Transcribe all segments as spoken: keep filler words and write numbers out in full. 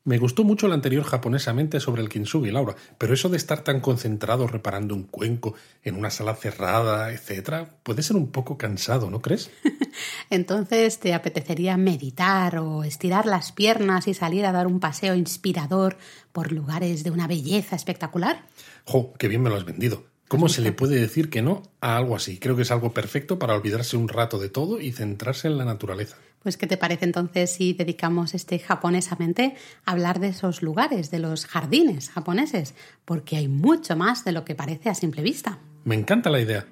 Me gustó mucho el anterior japonesamente sobre el kintsugi, Laura, pero eso de estar tan concentrado reparando un cuenco en una sala cerrada, etcétera, puede ser un poco cansado, ¿no crees? Entonces, ¿te apetecería meditar o estirar las piernas y salir a dar un paseo inspirador por lugares de una belleza espectacular? ¡Jo, qué bien me lo has vendido! ¿Cómo se le puede decir que no a algo así? Creo que es algo perfecto para olvidarse un rato de todo y centrarse en la naturaleza. Pues, ¿qué te parece entonces si dedicamos este japonesamente a hablar de esos lugares, de los jardines japoneses? Porque hay mucho más de lo que parece a simple vista. Me encanta la idea.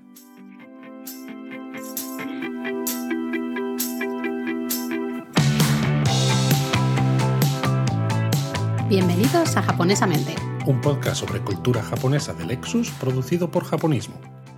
Bienvenidos a Japonesamente, un podcast sobre cultura japonesa de Lexus producido por Japonismo.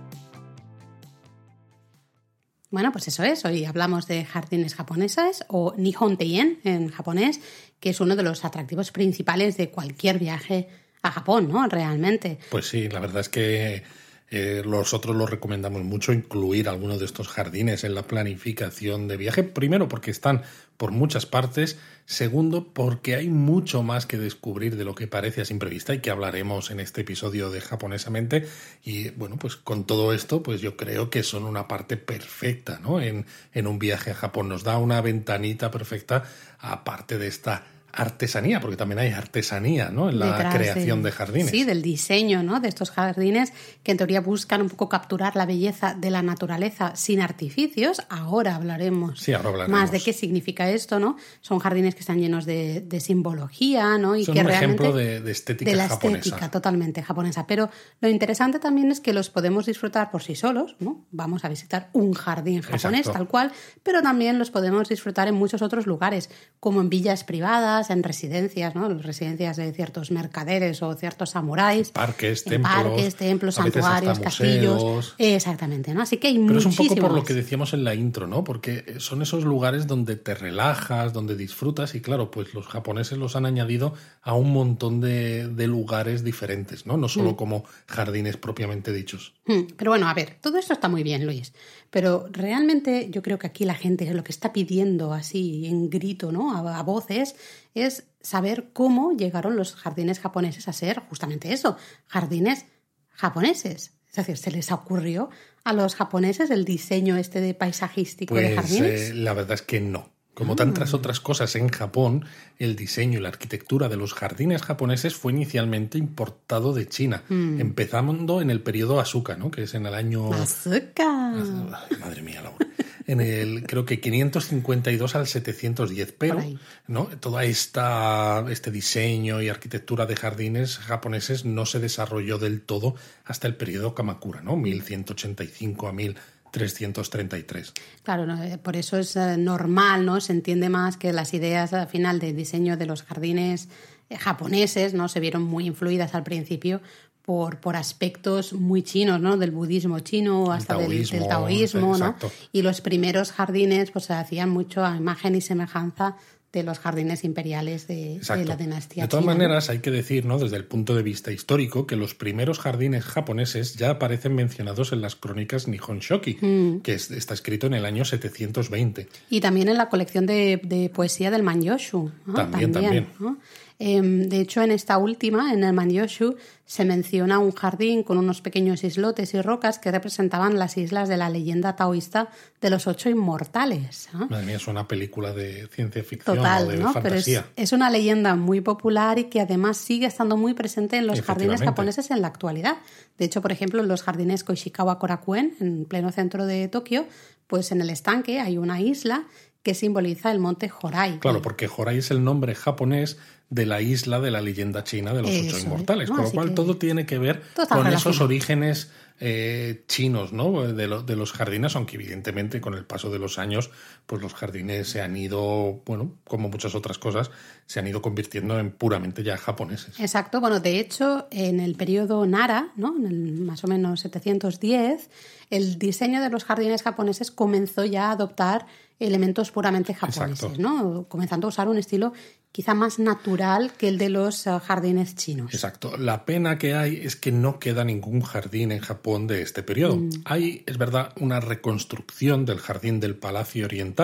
Bueno, pues eso es. Hoy hablamos de jardines japoneses o Nihon Teien en japonés, que es uno de los atractivos principales de cualquier viaje a Japón, ¿no? Realmente. Pues sí, la verdad es que eh, nosotros lo recomendamos mucho incluir algunos de estos jardines en la planificación de viaje. Primero, porque están por muchas partes. Segundo, porque hay mucho más que descubrir de lo que parece a simple vista y que hablaremos en este episodio de Japonesamente. Y bueno, pues con todo esto, pues yo creo que son una parte perfecta, ¿no? En, en un viaje a Japón. Nos da una ventanita perfecta aparte de esta artesanía, porque también hay artesanía, ¿no? En la Detrás creación de, de jardines. Sí, del diseño, ¿no? De estos jardines que en teoría buscan un poco capturar la belleza de la naturaleza sin artificios. Ahora hablaremos, sí, ahora hablaremos más de qué significa esto, ¿no? Son jardines que están llenos de, de simbología, ¿no? Y Son que un realmente ejemplo de, de estética de la japonesa. estética totalmente japonesa. Pero lo interesante también es que los podemos disfrutar por sí solos, ¿no? Vamos a visitar un jardín japonés, Exacto. tal cual, pero también los podemos disfrutar en muchos otros lugares, como en villas privadas, en residencias, ¿no? Las residencias de ciertos mercaderes o ciertos samuráis. Parques, en templos. Parques, templos, a veces santuarios, hasta castillos. museos. Exactamente, ¿no? Así que hay Pero muchísimo es un poco por lo más. que decíamos en la intro, ¿no? Porque son esos lugares donde te relajas, donde disfrutas y claro, pues los japoneses los han añadido a un montón de, de lugares diferentes, ¿no? No solo mm. como jardines propiamente dichos. Mm. Pero bueno, a ver, todo esto está muy bien, Luis, pero realmente yo creo que aquí la gente lo que está pidiendo así en grito, ¿no? A, a voces es saber cómo llegaron los jardines japoneses a ser justamente eso, jardines japoneses. Es decir, ¿se les ocurrió a los japoneses el diseño este de paisajístico pues, de jardines? Eh, la verdad es que no. Como tantas otras cosas en Japón, el diseño y la arquitectura de los jardines japoneses fue inicialmente importado de China, mm. empezando en el periodo Asuka, ¿no? Que es en el año... ¡Asuka! Ay, madre mía, Laura. En el, creo que quinientos cincuenta y dos al setecientos diez, pero ¿no? Toda esta este diseño y arquitectura de jardines japoneses no se desarrolló del todo hasta el periodo Kamakura, ¿no? mil ciento ochenta y cinco a mil trescientos treinta y tres. Claro, por eso es normal, ¿no? Se entiende más que las ideas al final de diseño de los jardines japoneses, ¿no? Se vieron muy influidas al principio por, por aspectos muy chinos, ¿no? Del budismo chino hasta taoísmo, del, del taoísmo, ¿no? Exacto. Y los primeros jardines pues se hacían mucho a imagen y semejanza de los jardines imperiales de, de la dinastía china. De todas china, maneras, ¿no? hay que decir, ¿no? Desde el punto de vista histórico, que los primeros jardines japoneses ya aparecen mencionados en las crónicas Nihon Shoki, mm. que es, está escrito en el año setecientos veinte. Y también en la colección de, de poesía del Manyoshu. ¿no? También, también. ¿no? Eh, de hecho, en esta última, en el Manyoshu, se menciona un jardín con unos pequeños islotes y rocas que representaban las islas de la leyenda taoísta de los ocho inmortales. ¿eh? Madre mía, es una película de ciencia ficción. Total, o de ¿no? fantasía. Pero es, es una leyenda muy popular y que además sigue estando muy presente en los jardines japoneses en la actualidad. De hecho, por ejemplo, en los jardines Koishikawa Korakuen, en pleno centro de Tokio, pues en el estanque hay una isla que simboliza el monte Horai. Claro, porque Horai es el nombre japonés de la isla de la leyenda china de los Eso ocho inmortales, es, ¿no? con lo Así cual que todo tiene que ver con esos orígenes eh, chinos, ¿no? De, lo, de los jardines, aunque evidentemente con el paso de los años, pues los jardines se han ido, bueno, como muchas otras cosas, se han ido convirtiendo en puramente ya japoneses. Exacto, bueno, de hecho, en el periodo Nara, ¿no? En el más o menos setecientos diez, el diseño de los jardines japoneses comenzó ya a adoptar elementos puramente japoneses, Exacto. ¿no? Comenzando a usar un estilo quizá más natural que el de los uh, jardines chinos. Exacto. La pena que hay es que no queda ningún jardín en Japón de este periodo. Mm. Hay, es verdad, una reconstrucción del jardín del Palacio Oriental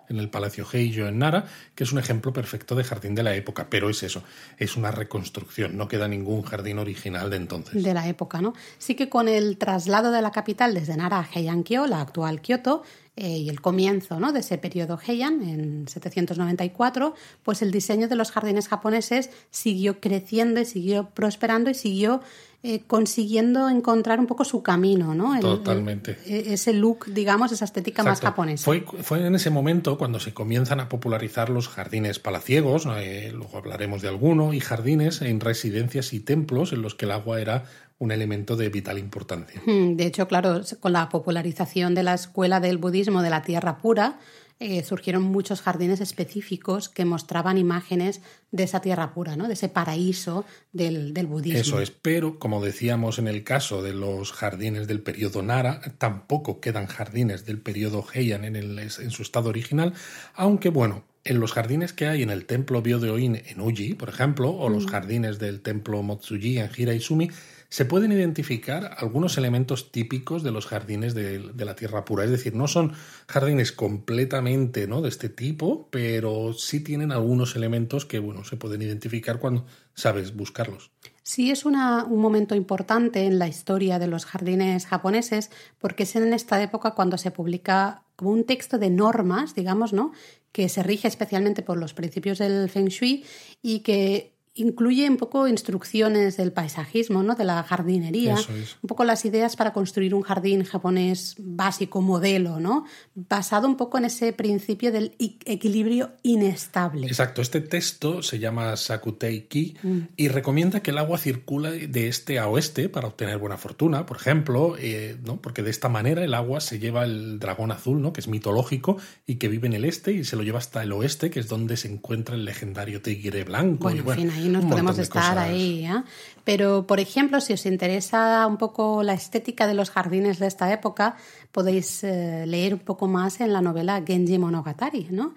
en el Palacio Heijo en Nara, que es un ejemplo perfecto de jardín de la época, pero es eso, es una reconstrucción, no queda ningún jardín original de entonces. De la época, ¿no? Sí que con el traslado de la capital desde Nara a Heian-kyo, la actual Kioto, eh, y el comienzo, ¿no?, de ese periodo Heian en setecientos noventa y cuatro, pues el diseño de los jardines japoneses siguió creciendo y siguió prosperando y siguió eh, consiguiendo encontrar un poco su camino, ¿no? El, Totalmente. El, ese look, digamos, esa estética Exacto. más japonesa. Fue, fue en ese momento cuando se comienzan a popularizar los jardines palaciegos, eh, luego hablaremos de alguno, y jardines en residencias y templos en los que el agua era un elemento de vital importancia. De hecho, claro, con la popularización de la escuela del budismo de la tierra pura, eh, surgieron muchos jardines específicos que mostraban imágenes de esa tierra pura, ¿no?, de ese paraíso del, del budismo. Eso es, pero como decíamos en el caso de los jardines del periodo Nara, tampoco quedan jardines del periodo Heian en, el, en su estado original, aunque bueno, en los jardines que hay en el templo Byo-de-in en Uji, por ejemplo, o los mm. jardines del templo Motsuji en Hiraizumi, se pueden identificar algunos elementos típicos de los jardines de, de la tierra pura. Es decir, no son jardines completamente, ¿no?, de este tipo, pero sí tienen algunos elementos que, bueno, se pueden identificar cuando sabes buscarlos. Sí, es una, un momento importante en la historia de los jardines japoneses, porque es en esta época cuando se publica como un texto de normas, digamos, ¿no?, que se rige especialmente por los principios del Feng Shui y que incluye un poco instrucciones del paisajismo, ¿no?, de la jardinería, Eso es. Un poco las ideas para construir un jardín japonés básico, modelo, ¿no?, basado un poco en ese principio del equilibrio inestable. Exacto, este texto se llama Sakutei-ki mm. y recomienda que el agua circule de este a oeste para obtener buena fortuna, por ejemplo, eh, ¿no?, porque de esta manera el agua se lleva el dragón azul, ¿no?, que es mitológico y que vive en el este, y se lo lleva hasta el oeste, que es donde se encuentra el legendario tigre blanco. Bueno, y bueno, en fin, ahí nos podemos estar ahí, ¿eh? Pero, por ejemplo, si os interesa un poco la estética de los jardines de esta época, podéis eh, leer un poco más en la novela Genji Monogatari, ¿no?,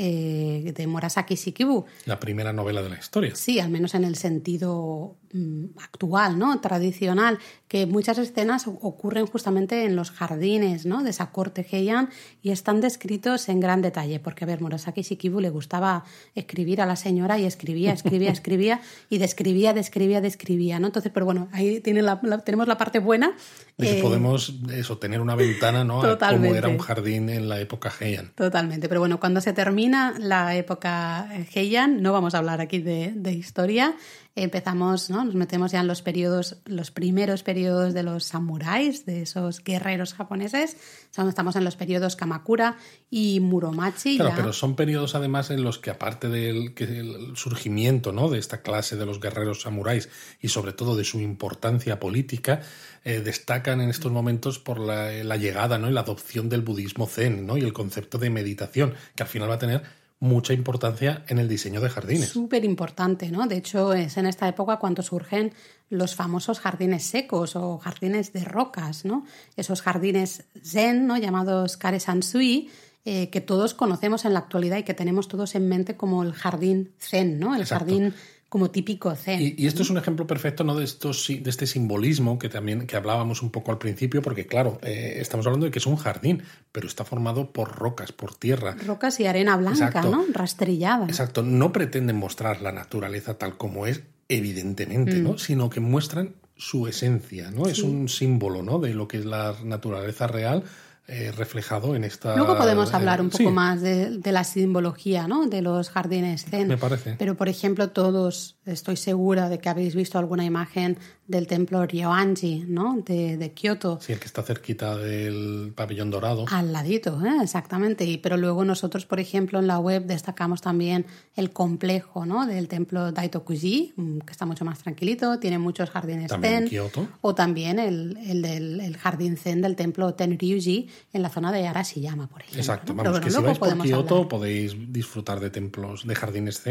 eh, de Murasaki Shikibu. La primera novela de la historia. Sí, al menos en el sentido mm, actual, ¿no?, tradicional, que muchas escenas ocurren justamente en los jardines, ¿no?, de esa corte Heian, y están descritos en gran detalle, porque a ver, Murasaki Shikibu le gustaba escribir a la señora y escribía, escribía, escribía y describía, describía, describía, ¿no? Entonces, pero bueno, ahí tiene la, la, tenemos la parte buena. De que eh, podemos eso, tener una ventana, ¿no?, a cómo era un jardín en la época Heian. Totalmente, pero bueno, cuando se termina la época Heian, no vamos a hablar aquí de, de historia. Empezamos, ¿no?, nos metemos ya en los periodos, los primeros periodos de los samuráis, de esos guerreros japoneses. Estamos en los periodos Kamakura y Muromachi. Claro, ya. Pero son periodos además en los que, aparte del que el surgimiento, ¿no?, de esta clase de los guerreros samuráis y sobre todo de su importancia política, eh, destacan en estos momentos por la, la llegada, ¿no?, y la adopción del budismo zen, ¿no?, y el concepto de meditación, que al final va a tener mucha importancia en el diseño de jardines. Súper importante, ¿no? De hecho, es en esta época cuando surgen los famosos jardines secos o jardines de rocas, ¿no? Esos jardines zen, ¿no?, llamados kare-sansui, eh, que todos conocemos en la actualidad y que tenemos todos en mente como el jardín zen, ¿no? El Exacto. jardín como típico zen. Y, y esto es un ejemplo perfecto, ¿no?, de, estos, de este simbolismo que también que hablábamos un poco al principio, porque claro, eh, estamos hablando de que es un jardín, pero está formado por rocas, por tierra. Rocas y arena blanca, Exacto. ¿no?, rastrillada. Exacto, no pretenden mostrar la naturaleza tal como es, evidentemente, mm. ¿no?, sino que muestran su esencia, ¿no? Sí. Es un símbolo, ¿no?, de lo que es la naturaleza real, Eh, reflejado en esta... Luego podemos hablar un poco sí. más de, de la simbología, ¿no?, de los jardines zen. Me parece. Pero, por ejemplo, todos, estoy segura de que habéis visto alguna imagen del templo Ryoanji, ¿no?, de, de Kioto. Sí, el que está cerquita del pabellón dorado. Al ladito, ¿eh? Exactamente. Y, pero luego nosotros, por ejemplo, en la web destacamos también el complejo, ¿no?, del templo Daitokuji, que está mucho más tranquilito, tiene muchos jardines también zen. En Kioto. O también el, el, del, el jardín zen del templo Tenryuji en la zona de Arashiyama, por ejemplo. Exacto, ¿no? vamos, Pero, que bueno, si vais por Kioto hablar. podéis disfrutar de templos, de jardines zen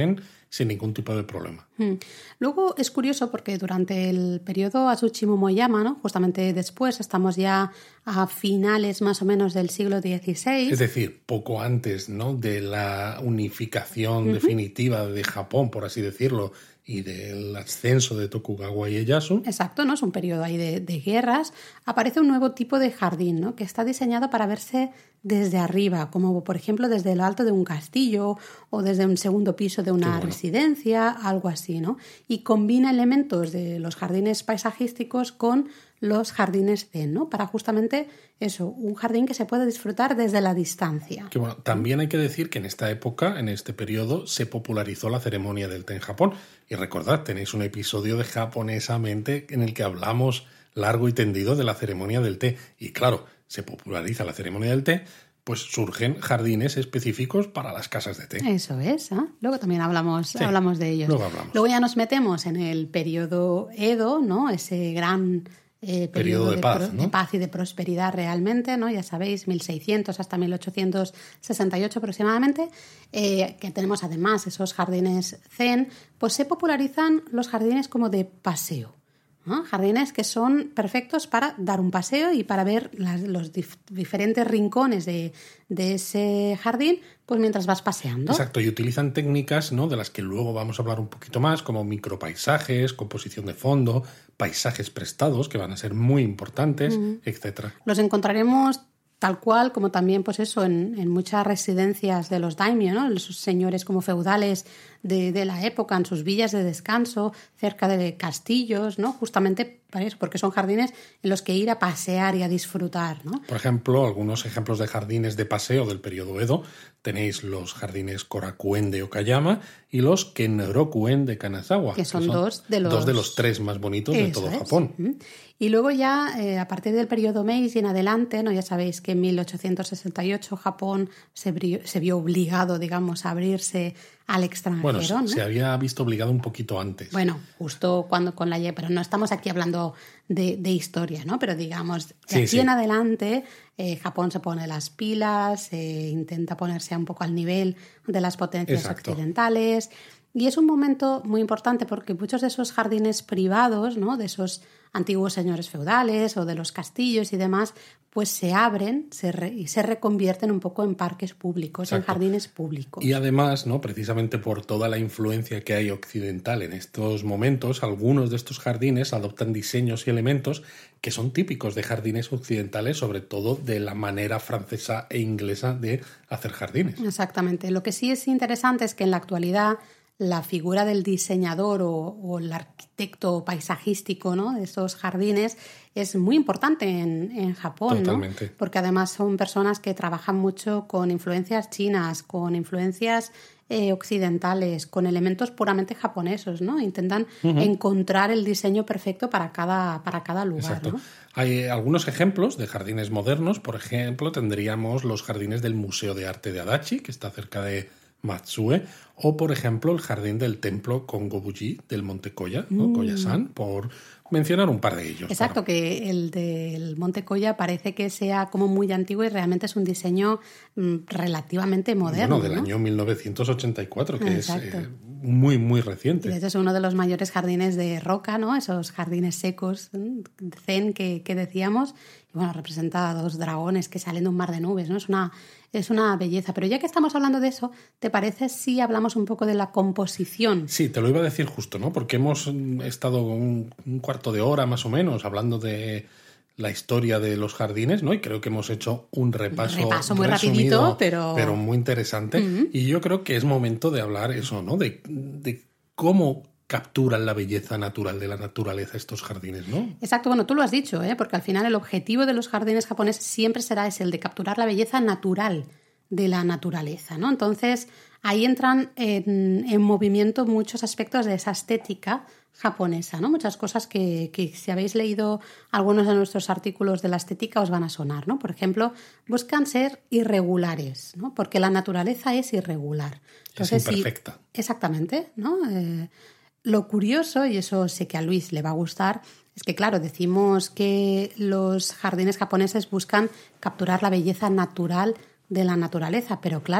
sin ningún tipo de problema. Mm. Luego es curioso porque durante el periodo Azuchi Momoyama, ¿no? Justamente después, estamos ya a finales más o menos del siglo dieciséis. Es decir, poco antes, ¿no?, de la unificación uh-huh. definitiva de Japón, por así decirlo, y del ascenso de Tokugawa Ieyasu. Exacto, ¿no? Es un periodo ahí de, de guerras. Aparece un nuevo tipo de jardín, ¿no?, que está diseñado para verse desde arriba, como por ejemplo desde lo alto de un castillo o desde un segundo piso de una bueno. residencia, algo así, ¿no? Y combina elementos de los jardines paisajísticos con los jardines zen, ¿no? Para justamente eso, un jardín que se puede disfrutar desde la distancia. Que bueno, también hay que decir que en esta época, en este periodo, se popularizó la ceremonia del té en Japón. Y recordad, tenéis un episodio de Japonesamente en el que hablamos largo y tendido de la ceremonia del té. Y claro, se populariza la ceremonia del té, pues surgen jardines específicos para las casas de té. Eso es, ¿eh? Luego también hablamos, sí, hablamos de ellos. Luego hablamos. Luego ya nos metemos en el periodo Edo, ¿no? Ese gran eh, periodo, periodo de, de, paz, pro, ¿no? de paz y de prosperidad realmente, ¿no? Ya sabéis, mil seiscientos hasta mil ochocientos sesenta y ocho aproximadamente, eh, que tenemos además esos jardines zen, pues se popularizan los jardines como de paseo. ¿no? Jardines que son perfectos para dar un paseo y para ver las, los dif- diferentes rincones de, de ese jardín, pues mientras vas paseando. Exacto, y utilizan técnicas, ¿no?, de las que luego vamos a hablar un poquito más, como micropaisajes, composición de fondo, paisajes prestados, que van a ser muy importantes, uh-huh. etcétera. Los encontraremos tal cual, como también, pues eso, en, en muchas residencias de los daimyo, ¿no? Esos señores como feudales de, de la época, en sus villas de descanso, cerca de castillos, ¿no? Justamente para eso, porque son jardines en los que ir a pasear y a disfrutar, ¿no? Por ejemplo, algunos ejemplos de jardines de paseo del periodo Edo. Tenéis los jardines Korakuen de Okayama y los Kenrokuen de Kanazawa. Que son, que son dos, de los... dos de los tres más bonitos de todo es. Japón. Y luego ya, eh, a partir del periodo Meiji en adelante, ¿no? Ya sabéis que en mil ochocientos sesenta y ocho Japón se, bri- se vio obligado, digamos, a abrirse al extranjero. Bueno, se, ¿no? se había visto obligado un poquito antes. Bueno, justo cuando con la... Pero no estamos aquí hablando de, de historia, ¿no? Pero digamos, de sí, aquí sí. en adelante, eh, Japón se pone las pilas, eh, intenta ponerse un poco al nivel de las potencias Exacto. occidentales. Y es un momento muy importante porque muchos de esos jardines privados, ¿no?, de esos antiguos señores feudales o de los castillos y demás, pues se abren se re, y se reconvierten un poco en parques públicos, Exacto. en jardines públicos. Y además, ¿no?, precisamente por toda la influencia que hay occidental en estos momentos, algunos de estos jardines adoptan diseños y elementos que son típicos de jardines occidentales, sobre todo de la manera francesa e inglesa de hacer jardines. Exactamente. Lo que sí es interesante es que en la actualidad la figura del diseñador o, o el arquitecto paisajístico, ¿no?, de estos jardines es muy importante en, en Japón, Totalmente. ¿no? Porque además son personas que trabajan mucho con influencias chinas, con influencias eh, occidentales, con elementos puramente japoneses, ¿no? Intentan uh-huh. encontrar el diseño perfecto para cada, para cada lugar. Exacto. ¿no? Hay algunos ejemplos de jardines modernos. Por ejemplo, tendríamos los jardines del Museo de Arte de Adachi, que está cerca de Matsue, o por ejemplo el jardín del templo Kongobuji del Monte Koya, ¿no? Mm. Koyasan, por mencionar un par de ellos. Exacto, para... que el del Monte Koya parece que sea como muy antiguo y realmente es un diseño mm, relativamente moderno. Bueno, del ¿no? año mil novecientos ochenta y cuatro, que Exacto. es eh, muy, muy reciente. Y este es uno de los mayores jardines de roca, ¿no? Esos jardines secos, zen que, que decíamos. Y bueno, representa a dos dragones que salen de un mar de nubes, ¿no? Es una, es una belleza. Pero ya que estamos hablando de eso, ¿te parece si hablamos un poco de la composición? Sí, te lo iba a decir justo, ¿no? Porque hemos estado un, un cuarto de hora más o menos hablando de la historia de los jardines, ¿no? Y creo que hemos hecho un repaso, un repaso muy resumido, rapidito, pero... pero muy interesante. Uh-huh. Y yo creo que es momento de hablar eso, ¿no? De, de cómo capturan la belleza natural de la naturaleza estos jardines, ¿no? Exacto, bueno, tú lo has dicho, ¿eh? Porque al final el objetivo de los jardines japoneses siempre será ese, el de capturar la belleza natural de la naturaleza, ¿no? Entonces, ahí entran en, en movimiento muchos aspectos de esa estética japonesa, ¿no? Muchas cosas que, que si habéis leído algunos de nuestros artículos de la estética os van a sonar, ¿no? Por ejemplo, buscan ser irregulares, ¿no? Porque la naturaleza es irregular. Entonces, es imperfecta. Sí, exactamente, ¿no? Eh, Lo curioso, y eso sé que a Luis le va a gustar, es que, claro, decimos que los jardines japoneses buscan capturar la belleza natural de la naturaleza, pero claro,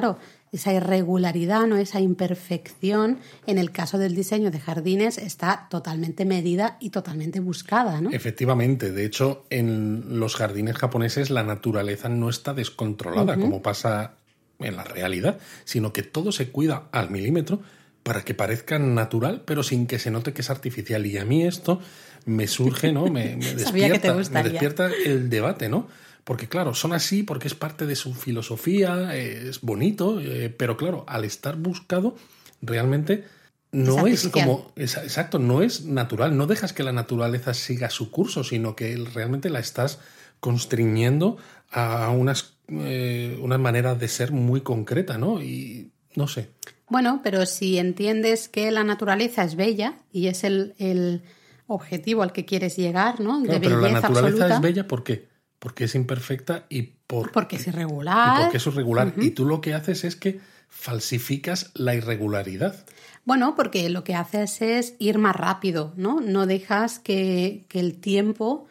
esa irregularidad, ¿no? Esa imperfección, en el caso del diseño de jardines, está totalmente medida y totalmente buscada, ¿no? Efectivamente. De hecho, en los jardines japoneses la naturaleza no está descontrolada, uh-huh. como pasa en la realidad, sino que todo se cuida al milímetro para que parezca natural, pero sin que se note que es artificial. Y a mí esto me surge, ¿no? Me, me Sabía que te despierta, gustaría. me despierta el debate, ¿no? Porque claro, son así porque es parte de su filosofía, es bonito, eh, pero claro, al estar buscado, realmente no es, es como... Es, exacto, no es natural. No dejas que la naturaleza siga su curso, sino que realmente la estás constriñendo a unas, eh, una manera de ser muy concreta, ¿no? Y no sé. Bueno, pero si entiendes que la naturaleza es bella y es el, el objetivo al que quieres llegar, ¿no? Claro, de pero belleza la naturaleza absoluta. es bella, ¿por qué? Porque es imperfecta y por, porque es irregular. Y porque es irregular. Uh-huh. Y tú lo que haces es que falsificas la irregularidad. Bueno, porque lo que haces es ir más rápido, ¿no? No dejas que, que el tiempo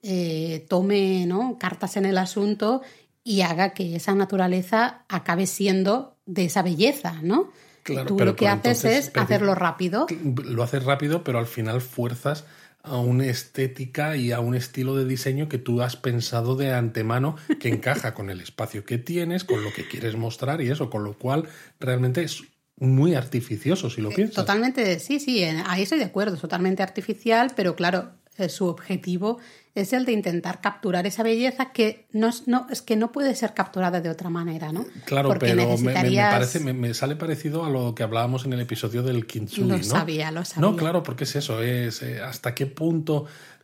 eh, tome, ¿no?, cartas en el asunto y haga que esa naturaleza acabe siendo de esa belleza, ¿no? Claro, tú pero lo que haces entonces, es pero, hacerlo rápido. Lo haces rápido, pero al final fuerzas a una estética y a un estilo de diseño que tú has pensado de antemano que encaja con el espacio que tienes, con lo que quieres mostrar y eso, con lo cual realmente es muy artificioso, si lo piensas. Totalmente, sí, sí, ahí estoy de acuerdo, es totalmente artificial, pero claro, su objetivo es el de intentar capturar esa belleza que no, no es que no puede ser capturada de otra manera, ¿no? Claro, porque pero necesitarías... me, me, parece, me, me sale parecido a lo que hablábamos en el episodio del kintsugi, lo ¿no? sabía, lo sabía. No, claro, porque es eso, es eh, hasta qué punto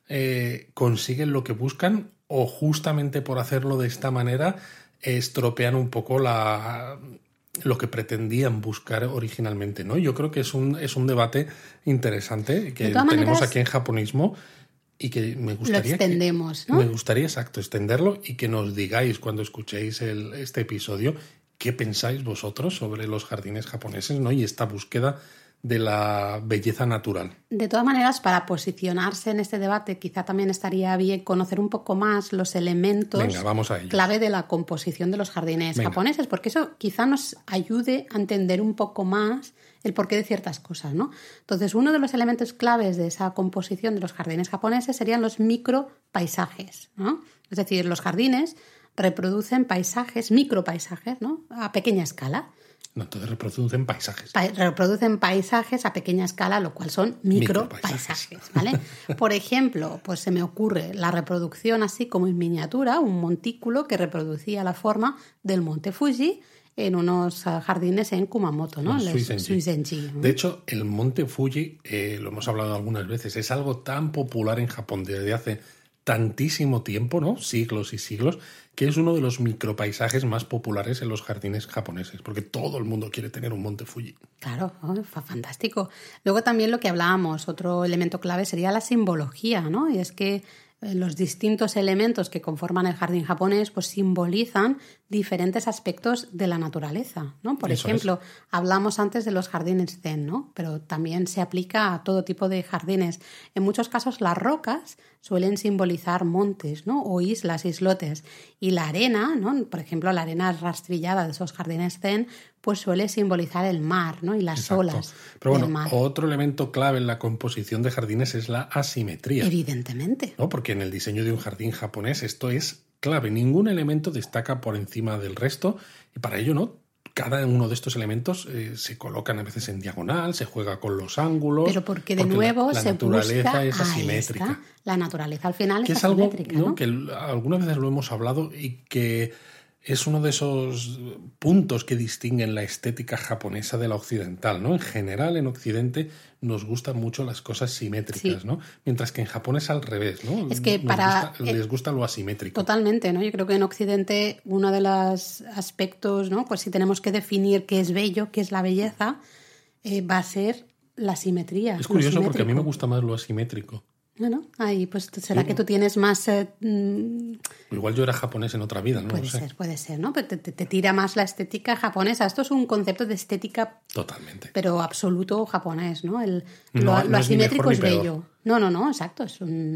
eh, consiguen lo que buscan o justamente por hacerlo de esta manera eh, estropean un poco la... lo que pretendían buscar originalmente, ¿no? Yo creo que es un, es un debate interesante que tenemos maneras, aquí en Japonismo y que me gustaría... Lo extendemos, que, ¿no? Me gustaría, exacto, extenderlo y que nos digáis cuando escuchéis el, este episodio qué pensáis vosotros sobre los jardines japoneses, ¿no? Y esta búsqueda de la belleza natural. De todas maneras, para posicionarse en este debate, quizá también estaría bien conocer un poco más los elementos Venga, vamos a ello. clave de la composición de los jardines Venga. japoneses, porque eso quizá nos ayude a entender un poco más el porqué de ciertas cosas, ¿no? Entonces, uno de los elementos claves de esa composición de los jardines japoneses serían los micropaisajes, ¿no? Es decir, los jardines reproducen paisajes, micropaisajes, ¿no?, a pequeña escala. No, entonces reproducen paisajes. Pa- reproducen paisajes a pequeña escala, lo cual son micropaisajes, ¿vale? Por ejemplo, pues se me ocurre la reproducción así como en miniatura, un montículo que reproducía la forma del monte Fuji en unos jardines en Kumamoto, ¿no? En Suizenji. Suizenji, ¿no? De hecho, el monte Fuji, eh, lo hemos hablado algunas veces, es algo tan popular en Japón desde hace tantísimo tiempo, ¿no? Siglos y siglos, que es uno de los micropaisajes más populares en los jardines japoneses, porque todo el mundo quiere tener un monte Fuji. Claro, oh, fantástico. Luego también lo que hablábamos, otro elemento clave sería la simbología, ¿no? Y es que los distintos elementos que conforman el jardín japonés pues simbolizan diferentes aspectos de la naturaleza, ¿no? Por Eso ejemplo, es. hablamos antes de los jardines zen, ¿no? Pero también se aplica a todo tipo de jardines. En muchos casos las rocas suelen simbolizar montes, ¿no?, o islas, islotes, y la arena, ¿no?, por ejemplo, la arena rastrillada de esos jardines zen pues suele simbolizar el mar, ¿no?, y las Exacto. olas Pero del bueno, mar. Otro elemento clave en la composición de jardines es la asimetría. Evidentemente. ¿No? Porque en el diseño de un jardín japonés esto es clave. Ningún elemento destaca por encima del resto y para ello, ¿no?, cada uno de estos elementos eh, se colocan a veces en diagonal, se juega con los ángulos. Pero porque de porque nuevo la, la se naturaleza busca es asimétrica. Está. La naturaleza al final que es, es asimétrica, algo, ¿no?, ¿no? que algunas veces lo hemos hablado y que es uno de esos puntos que distinguen la estética japonesa de la occidental, ¿no? En general, en Occidente nos gustan mucho las cosas simétricas, sí. ¿no? Mientras que en Japón es al revés, ¿no? Es que nos para... gusta, les gusta lo asimétrico. Totalmente, ¿no? Yo creo que en Occidente uno de los aspectos, ¿no?, pues si tenemos que definir qué es bello, qué es la belleza, eh, va a ser la simetría. Es curioso porque a mí me gusta más lo asimétrico. Bueno, ahí pues será sí. que tú tienes más... Eh, Igual yo era japonés en otra vida, ¿no? Puede no sé. ser, puede ser, ¿no? Pero te, te, te tira más la estética japonesa. Esto es un concepto de estética... Totalmente. Pero absoluto japonés, ¿no? El, no lo, lo no asimétrico es, es bello. No, no, no, exacto. Es un,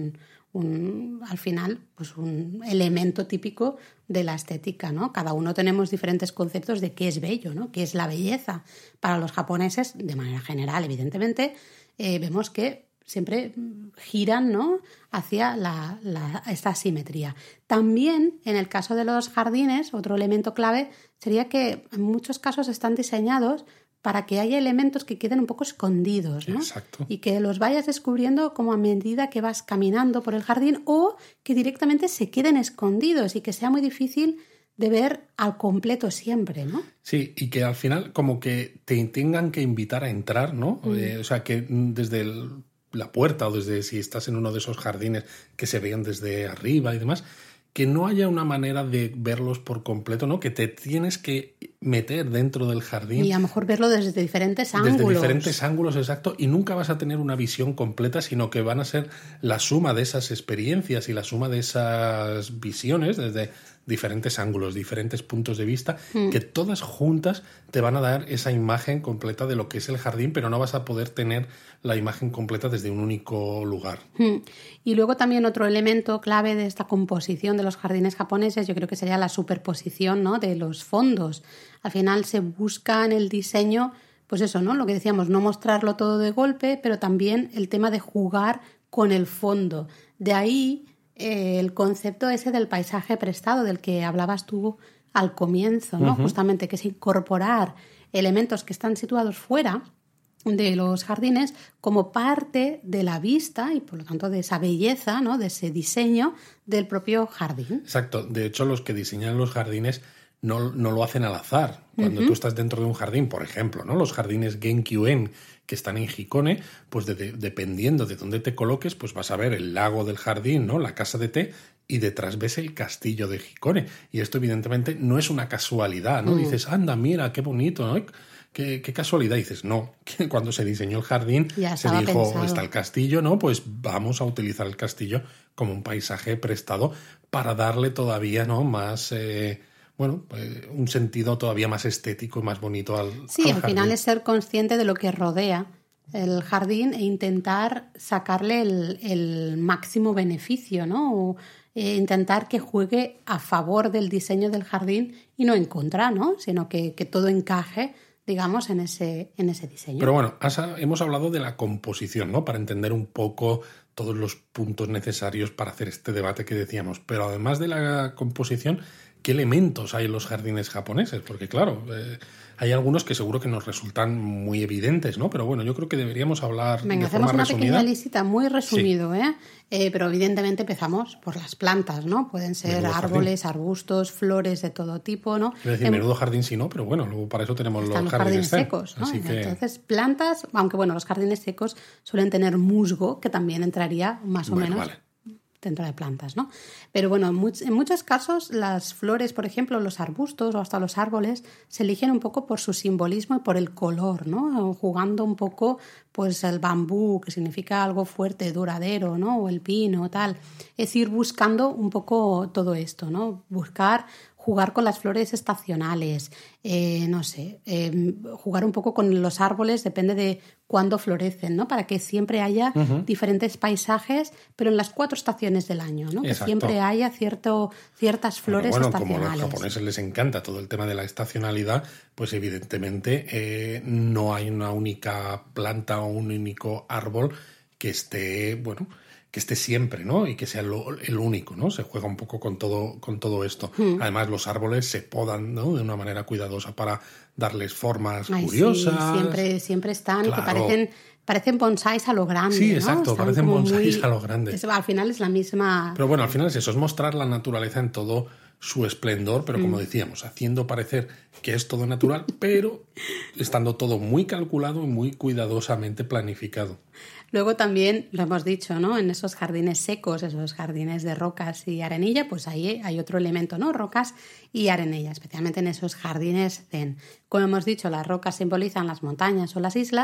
un, al final, pues un elemento típico de la estética, ¿no? Cada uno tenemos diferentes conceptos de qué es bello, ¿no? Qué es la belleza. Para los japoneses, de manera general, evidentemente, eh, vemos que siempre giran, ¿no?, hacia la, la, esta simetría. También, en el caso de los jardines, otro elemento clave sería que en muchos casos están diseñados para que haya elementos que queden un poco escondidos, ¿no? Exacto. Y que los vayas descubriendo como a medida que vas caminando por el jardín, o que directamente se queden escondidos y que sea muy difícil de ver al completo siempre, ¿no? Sí, y que al final como que te tengan que invitar a entrar, ¿no? Mm. Eh, o sea, que desde el, la puerta o desde si estás en uno de esos jardines que se vean desde arriba y demás, que no haya una manera de verlos por completo, ¿no? Que te tienes que meter dentro del jardín. Y a lo mejor verlo desde diferentes ángulos. Desde diferentes ángulos, exacto. Y nunca vas a tener una visión completa, sino que van a ser la suma de esas experiencias y la suma de esas visiones desde diferentes ángulos, diferentes puntos de vista, mm. que todas juntas te van a dar esa imagen completa de lo que es el jardín, pero no vas a poder tener la imagen completa desde un único lugar. Mm. Y luego también otro elemento clave de esta composición de los jardines japoneses, yo creo que sería la superposición, ¿no?, de los fondos. Al final se busca en el diseño, pues eso, ¿no?, lo que decíamos, no mostrarlo todo de golpe, pero también el tema de jugar con el fondo. De ahí eh, el concepto ese del paisaje prestado, del que hablabas tú al comienzo, ¿no? Uh-huh. Justamente, que es incorporar elementos que están situados fuera de los jardines como parte de la vista y por lo tanto de esa belleza, ¿no?, de ese diseño del propio jardín. Exacto. De hecho, los que diseñan los jardines no, no lo hacen al azar. Cuando uh-huh. tú estás dentro de un jardín, por ejemplo, ¿no?, los jardines Genkyūen que están en Hikone, pues de, de, dependiendo de dónde te coloques, pues vas a ver el lago del jardín, ¿no?, la casa de té, y detrás ves el castillo de Hikone. Y esto evidentemente no es una casualidad, ¿no? Uh. Dices, anda, mira, qué bonito, ¿no? Qué, qué casualidad. Y dices, no, que cuando se diseñó el jardín ya se dijo, pensado. Está el castillo, ¿no? Pues vamos a utilizar el castillo como un paisaje prestado para darle todavía, ¿no?, más... Eh, bueno, eh, un sentido todavía más estético y más bonito al, sí, al al jardín. final es ser consciente de lo que rodea el jardín e intentar sacarle el, el máximo beneficio, ¿no? O eh, intentar que juegue a favor del diseño del jardín y no en contra, ¿no? Sino que, que todo encaje, digamos, en ese, en ese diseño. Pero bueno, has, hemos hablado de la composición, ¿no?, para entender un poco todos los puntos necesarios para hacer este debate que decíamos. Pero además de la composición, ¿qué elementos hay en los jardines japoneses? Porque claro, eh, hay algunos que seguro que nos resultan muy evidentes, ¿no? Pero bueno, yo creo que deberíamos hablar Venga, de forma hacemos una resumida. Pequeña listita muy resumido, sí. ¿eh? ¿eh? Pero evidentemente empezamos por las plantas, ¿no? Pueden ser menudo árboles, jardín. arbustos, flores de todo tipo, ¿no? Es decir, en... menudo jardín sí, ¿no? Pero bueno, luego para eso tenemos Están los, los jardines, jardines secos, ¿no? Así que... Entonces, plantas, aunque bueno, los jardines secos suelen tener musgo, que también entraría más o bueno, menos... Vale. dentro de plantas, ¿no? Pero bueno, en, much- en muchos casos las flores, por ejemplo, los arbustos o hasta los árboles se eligen un poco por su simbolismo y por el color, ¿no? Jugando un poco, pues el bambú, que significa algo fuerte, duradero, ¿no? O el pino, tal. Es ir buscando un poco todo esto, ¿no? Buscar jugar con las flores estacionales, eh, no sé, eh, jugar un poco con los árboles, depende de cuándo florecen, ¿no? Para que siempre haya uh-huh. diferentes paisajes, pero en las cuatro estaciones del año, ¿no? Que siempre haya cierto, ciertas flores bueno, estacionales. Como a los japoneses les encanta todo el tema de la estacionalidad, pues evidentemente eh, no hay una única planta o un único árbol que esté, bueno... que esté siempre, ¿no? Y que sea lo, el único, ¿no? Se juega un poco con todo, con todo esto. Mm. Además, los árboles se podan, ¿no?, de una manera cuidadosa para darles formas Ay, curiosas. Sí, siempre, siempre están, claro. que parecen, parecen bonsáis a lo grande, Sí, ¿no? exacto, Están parecen bonsáis muy... a lo grande. Es, al final es la misma... Pero bueno, al final es eso, es mostrar la naturaleza en todo su esplendor, pero como mm. decíamos, haciendo parecer que es todo natural, pero estando todo muy calculado y muy cuidadosamente planificado. Luego también, lo hemos dicho, ¿no? En esos jardines secos, esos jardines de rocas y arenilla, pues ahí hay otro elemento, ¿no? Rocas y arenilla, especialmente en esos jardines zen. Como hemos dicho, las rocas simbolizan las montañas o las islas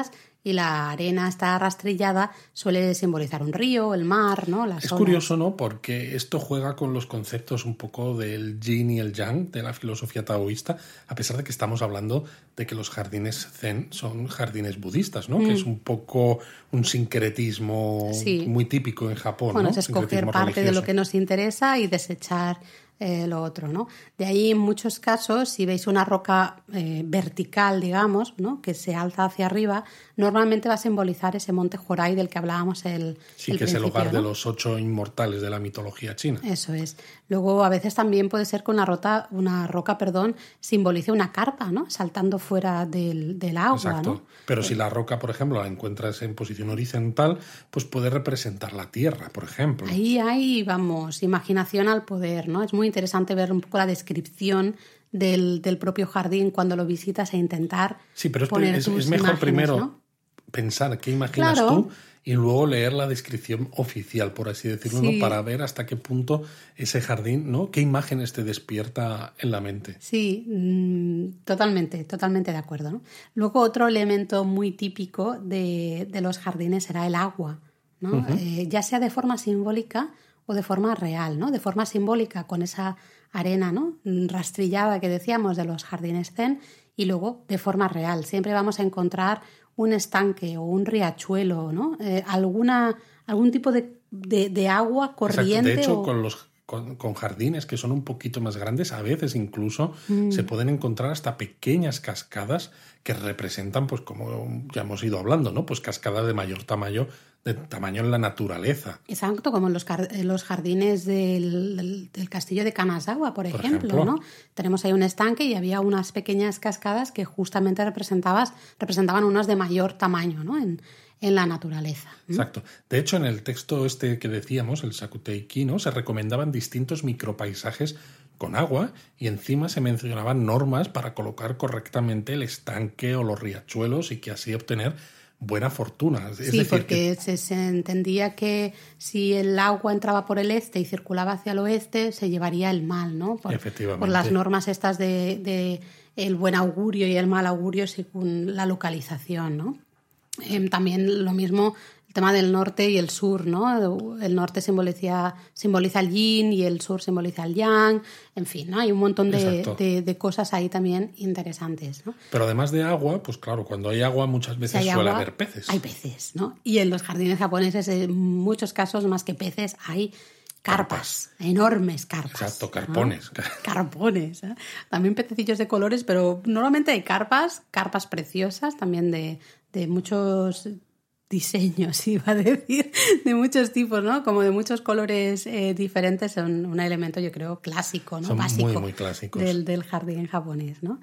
y la arena está rastrillada suele simbolizar un río, el mar, ¿no? Las es zonas. curioso, ¿no? Porque esto juega con los conceptos un poco del yin y el yang de la filosofía taoísta, a pesar de que estamos hablando de que los jardines zen son jardines budistas, ¿no? Mm. Que es un poco un sincretismo sí. muy típico en Japón, bueno, ¿no? Es escoger parte religioso. De lo que nos interesa y desechar Eh, lo otro, ¿no? De ahí, en muchos casos, si veis una roca eh, vertical, digamos, ¿no? Que se alza hacia arriba, normalmente va a simbolizar ese monte Horai del que hablábamos el Sí, el que es el hogar, ¿no?, de los ocho inmortales de la mitología china. Eso es. Luego, a veces también puede ser que una, rota, una roca perdón, simbolice una carpa, ¿no? Saltando fuera del, del agua, Exacto. ¿no? Pero si la roca, por ejemplo, la encuentras en posición horizontal, pues puede representar la tierra, por ejemplo. Ahí hay, vamos, imaginación al poder, ¿no? Es muy interesante ver un poco la descripción del, del propio jardín cuando lo visitas e intentar sí, pero es, poner es, tus es mejor imágenes, primero ¿no? pensar qué imaginas claro. tú y luego leer la descripción oficial, por así decirlo, sí. ¿no? Para ver hasta qué punto ese jardín, ¿no? ¿Qué imágenes te despierta en la mente? Sí, mmm, totalmente, totalmente de acuerdo, ¿no? Luego otro elemento muy típico de, de los jardines será el agua, ¿no? Uh-huh. Eh, ya sea de forma simbólica o de forma real, ¿no? De forma simbólica con esa arena, ¿no?, rastrillada que decíamos de los jardines zen, y luego de forma real. Siempre vamos a encontrar un estanque o un riachuelo, ¿no? Eh, alguna, algún tipo de, de, de agua corriente. Exacto. De hecho, o... con los con, con jardines que son un poquito más grandes, a veces incluso mm. se pueden encontrar hasta pequeñas cascadas que representan, pues como ya hemos ido hablando, ¿no? Pues cascadas de mayor tamaño, de tamaño en la naturaleza. Exacto, como en los, los jardines del, del, del castillo de Kanazawa, por, por ejemplo, ejemplo, ¿no? Tenemos ahí un estanque y había unas pequeñas cascadas que justamente representaban unas de mayor tamaño, ¿no? En, en la naturaleza. Exacto. De hecho, en el texto este que decíamos, el Sakutei-ki, ¿no?, se recomendaban distintos micropaisajes con agua y encima se mencionaban normas para colocar correctamente el estanque o los riachuelos y que así obtener buena fortuna. Es sí, decir, porque que... se, se entendía que si el agua entraba por el este y circulaba hacia el oeste, se llevaría el mal, ¿no? Por, Efectivamente. Por las normas estas de, de el buen augurio y el mal augurio según la localización, ¿no? Eh, también lo mismo el tema del norte y el sur, ¿no? El norte simboliza, simboliza el yin y el sur simboliza el yang. En fin, ¿no? Hay un montón de, de, de cosas ahí también interesantes, ¿no? Pero además de agua, pues claro, cuando hay agua muchas veces si suele agua, haber peces. Hay peces, ¿no? Y en los jardines japoneses, en muchos casos, más que peces, hay carpas, carpas. enormes carpas. Exacto, carpones. ¿no? Carpones. ¿eh? También pececillos de colores, pero normalmente hay carpas, carpas preciosas, también de, de muchos diseños, iba a decir, de muchos tipos, ¿no? Como de muchos colores eh, diferentes, son un elemento, yo creo, clásico, ¿no? Son básico muy, muy clásicos. Del, del jardín japonés, ¿no?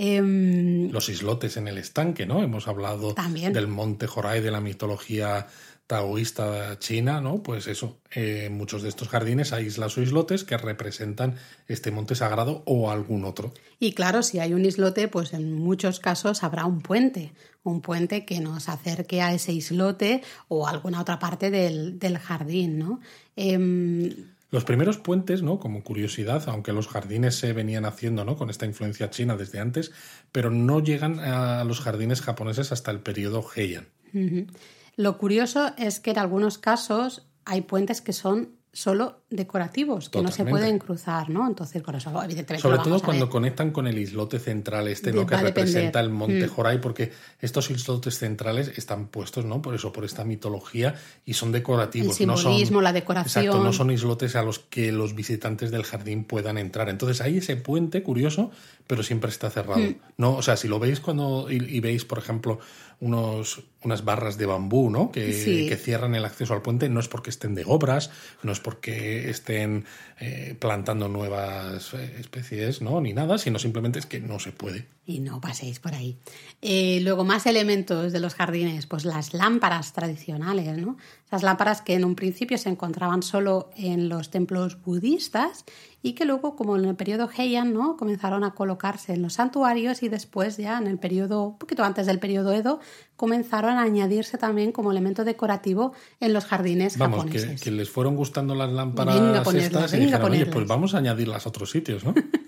Eh, Los islotes en el estanque, ¿no? Hemos hablado también. del monte Horai de la mitología taoísta china, ¿no? Pues eso, eh, en muchos de estos jardines hay islas o islotes que representan este monte sagrado o algún otro. Y claro, si hay un islote, pues en muchos casos habrá un puente, un puente que nos acerque a ese islote o a alguna otra parte del, del jardín, ¿no? Eh, Los primeros puentes, ¿no?, como curiosidad, aunque los jardines se venían haciendo, ¿no?, con esta influencia china desde antes, pero no llegan a los jardines japoneses hasta el periodo Heian. Uh-huh. Lo curioso es que en algunos casos hay puentes que son solo decorativos, que Totalmente. No se pueden cruzar, ¿no? Entonces, por eso, evidentemente, sobre lo todo vamos a cuando ver. conectan con el islote central este, ¿no?, De, que representa depender. el monte mm. Horai, porque estos islotes centrales están puestos, ¿no?, por eso, por esta mitología, y son decorativos. El simbolismo, no son, la decoración. Exacto, no son islotes a los que los visitantes del jardín puedan entrar. Entonces hay ese puente curioso, pero siempre está cerrado. Mm. No, o sea, si lo veis cuando y, y veis, por ejemplo, unos unas barras de bambú, ¿no?, que, sí. que cierran el acceso al puente, no es porque estén de obras, no es porque estén eh, plantando nuevas especies, ¿no?, ni nada, sino simplemente es que no se puede. Y no paséis por ahí. Eh, luego, más elementos de los jardines, pues las lámparas tradicionales, ¿no? Esas lámparas que en un principio se encontraban solo en los templos budistas y que luego, como en el periodo Heian, ¿no?, comenzaron a colocarse en los santuarios y después ya en el periodo, un poquito antes del periodo Edo, comenzaron a añadirse también como elemento decorativo en los jardines vamos, japoneses. Vamos, que, que les fueron gustando las lámparas venga, ponerlas, estas y venga, dijeron, ponerlas. oye, pues vamos a añadirlas a otros sitios, ¿no?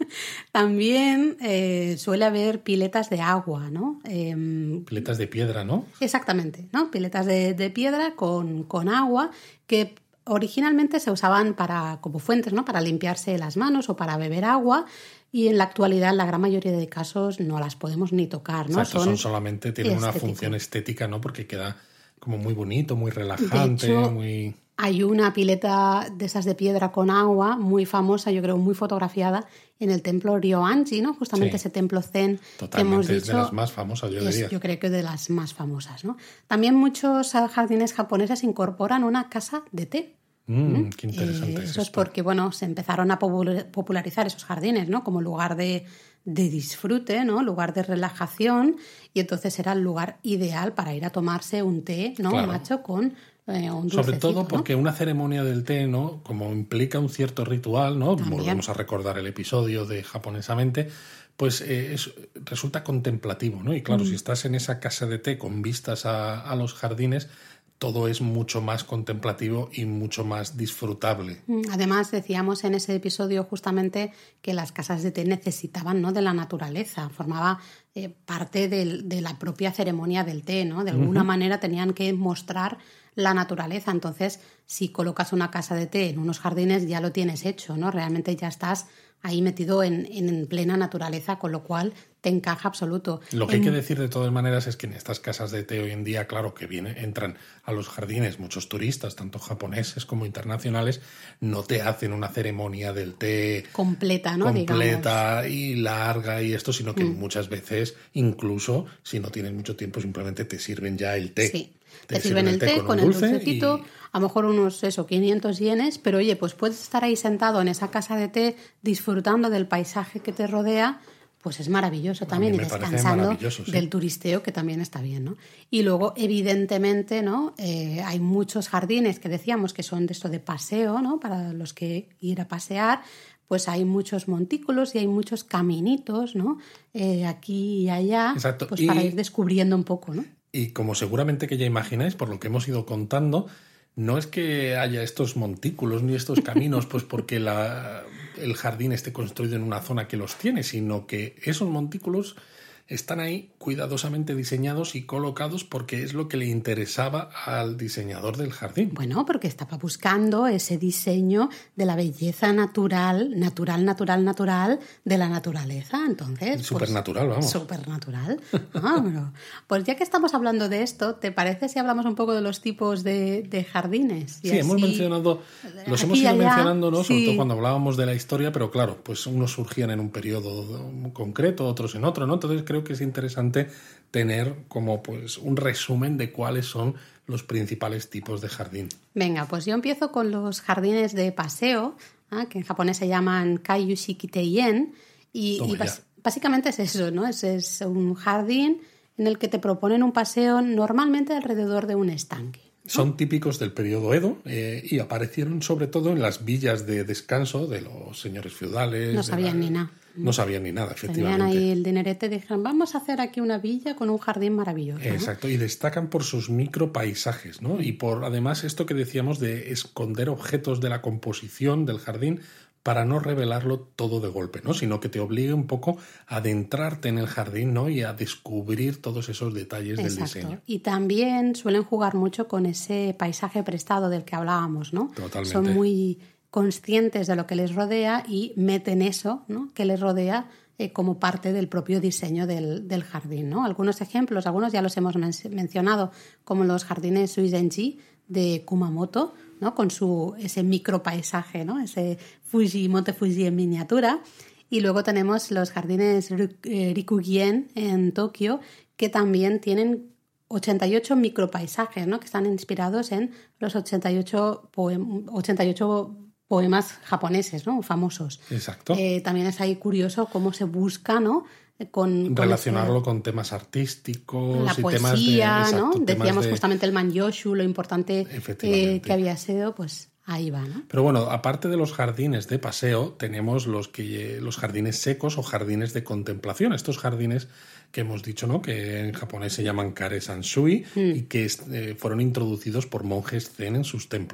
También eh, suele haber piletas de agua, ¿no? Eh, piletas de piedra, ¿no? Exactamente, ¿no? Piletas de, de piedra con, con agua que originalmente se usaban para, como fuentes, ¿no? Para limpiarse las manos o para beber agua. Y en la actualidad, la gran mayoría de casos no las podemos ni tocar, ¿no? Exacto, son, son solamente, tienen estético. Una función estética, ¿no? Porque queda como muy bonito, muy relajante, de hecho, muy... Hay una pileta de esas de piedra con agua muy famosa, yo creo muy fotografiada, en el templo Ryoanji, ¿no? Justamente sí. Ese templo zen Totalmente, que hemos dicho. Es de las más famosas, yo es, diría. Yo creo que de las más famosas, ¿no? También muchos jardines japoneses incorporan una casa de té. Mm, qué interesante eh, es Eso esto. es porque, bueno, se empezaron a popularizar esos jardines, ¿no? Como lugar de, de disfrute, ¿no? Lugar de relajación, y entonces era el lugar ideal para ir a tomarse un té, ¿no? Claro. Macho con eh, un dulcecito, Sobre todo porque ¿no? una ceremonia del té, ¿no? Como implica un cierto ritual, ¿no? También. Volvemos a recordar el episodio de Japonesamente, pues eh, es, resulta contemplativo, ¿no? Y claro, mm. si estás en esa casa de té con vistas a, a los jardines, todo es mucho más contemplativo y mucho más disfrutable. Además, decíamos en ese episodio justamente que las casas de té necesitaban, ¿no? De la naturaleza, formaba eh, parte del, de la propia ceremonia del té, ¿no? De alguna uh-huh. manera tenían que mostrar la naturaleza. Entonces, si colocas una casa de té en unos jardines, ya lo tienes hecho, ¿no? Realmente ya estás ahí metido en, en plena naturaleza, con lo cual te encaja absoluto. Lo que en... hay que decir de todas maneras es que en estas casas de té hoy en día, claro que viene, entran a los jardines muchos turistas, tanto japoneses como internacionales, no te hacen una ceremonia del té completa, ¿no? completa Digamos. y larga y esto, sino que mm. muchas veces, incluso si no tienes mucho tiempo, simplemente te sirven ya el té. Sí. Te, te sirven el té, té con, con el dulcecito, y... a lo mejor unos eso, quinientos yenes, pero oye, pues puedes estar ahí sentado en esa casa de té disfrutando del paisaje que te rodea, pues es maravilloso también, y descansando sí. del turisteo, que también está bien, ¿no? Y luego, evidentemente, ¿no? Eh, hay muchos jardines que decíamos que son de esto de paseo, ¿no? Para los que ir a pasear, pues hay muchos montículos y hay muchos caminitos, ¿no? Eh, aquí y allá, Exacto. pues y... para ir descubriendo un poco, ¿no? Y como seguramente que ya imagináis, por lo que hemos ido contando, no es que haya estos montículos ni estos caminos pues porque la, el jardín esté construido en una zona que los tiene, sino que esos montículos están ahí cuidadosamente diseñados y colocados porque es lo que le interesaba al diseñador del jardín. Bueno, porque estaba buscando ese diseño de la belleza natural, natural, natural, natural de la naturaleza. Entonces, supernatural, pues, vamos. Supernatural. Ah, bueno. Pues ya que estamos hablando de esto, ¿te parece si hablamos un poco de los tipos de, de jardines? Y sí, así, hemos mencionado, los hemos ido allá, mencionando, ¿no? Sí. Sobre todo cuando hablábamos de la historia, pero claro, pues unos surgían en un periodo concreto, otros en otro, ¿no? Entonces creo que es interesante tener como pues un resumen de cuáles son los principales tipos de jardín. Venga, pues yo empiezo con los jardines de paseo, ¿eh? Que en japonés se llaman Kaiyushikiteien, y, y bas- básicamente es eso, ¿no? Es, es un jardín en el que te proponen un paseo normalmente alrededor de un estanque. ¿no? Son típicos del periodo Edo eh, y aparecieron sobre todo en las villas de descanso de los señores feudales. No sabían la... ni nada. No sabían ni nada, efectivamente. Tenían ahí el dinerete y dijeron, vamos a hacer aquí una villa con un jardín maravilloso. Exacto, ¿no? Y destacan por sus micropaisajes, ¿no? Y por, además, esto que decíamos de esconder objetos de la composición del jardín para no revelarlo todo de golpe, ¿no? Sino que te obligue un poco a adentrarte en el jardín, ¿no? Y a descubrir todos esos detalles Exacto. del diseño. Y también suelen jugar mucho con ese paisaje prestado del que hablábamos, ¿no? Totalmente. Son muy conscientes de lo que les rodea y meten eso, ¿no? que les rodea eh, como parte del propio diseño del, del jardín, ¿no? Algunos ejemplos, algunos ya los hemos men- mencionado, como los jardines Suizenji de Kumamoto, ¿no? Con su ese micropaisaje, ¿no? Ese Fuji, Monte Fuji en miniatura. Y luego tenemos los jardines Rikugien en Tokio, que también tienen ochenta y ocho micropaisajes, ¿no? Que están inspirados en los ochenta y ocho, poem- ochenta y ocho poemas japoneses, ¿no? Famosos. Exacto. Eh, también es ahí curioso cómo se busca, ¿no? Con, relacionarlo con, ese, con temas artísticos la y poesía, temas de, exacto, ¿no? temas Decíamos de... justamente el manyoshu, lo importante eh, que había sido, pues ahí va, ¿no? Pero bueno, aparte de los jardines de paseo, tenemos los que los jardines secos o jardines de contemplación. Estos jardines que hemos dicho, ¿no? Que en japonés se llaman kare sansui mm. y que eh, fueron introducidos por monjes zen en sus templos.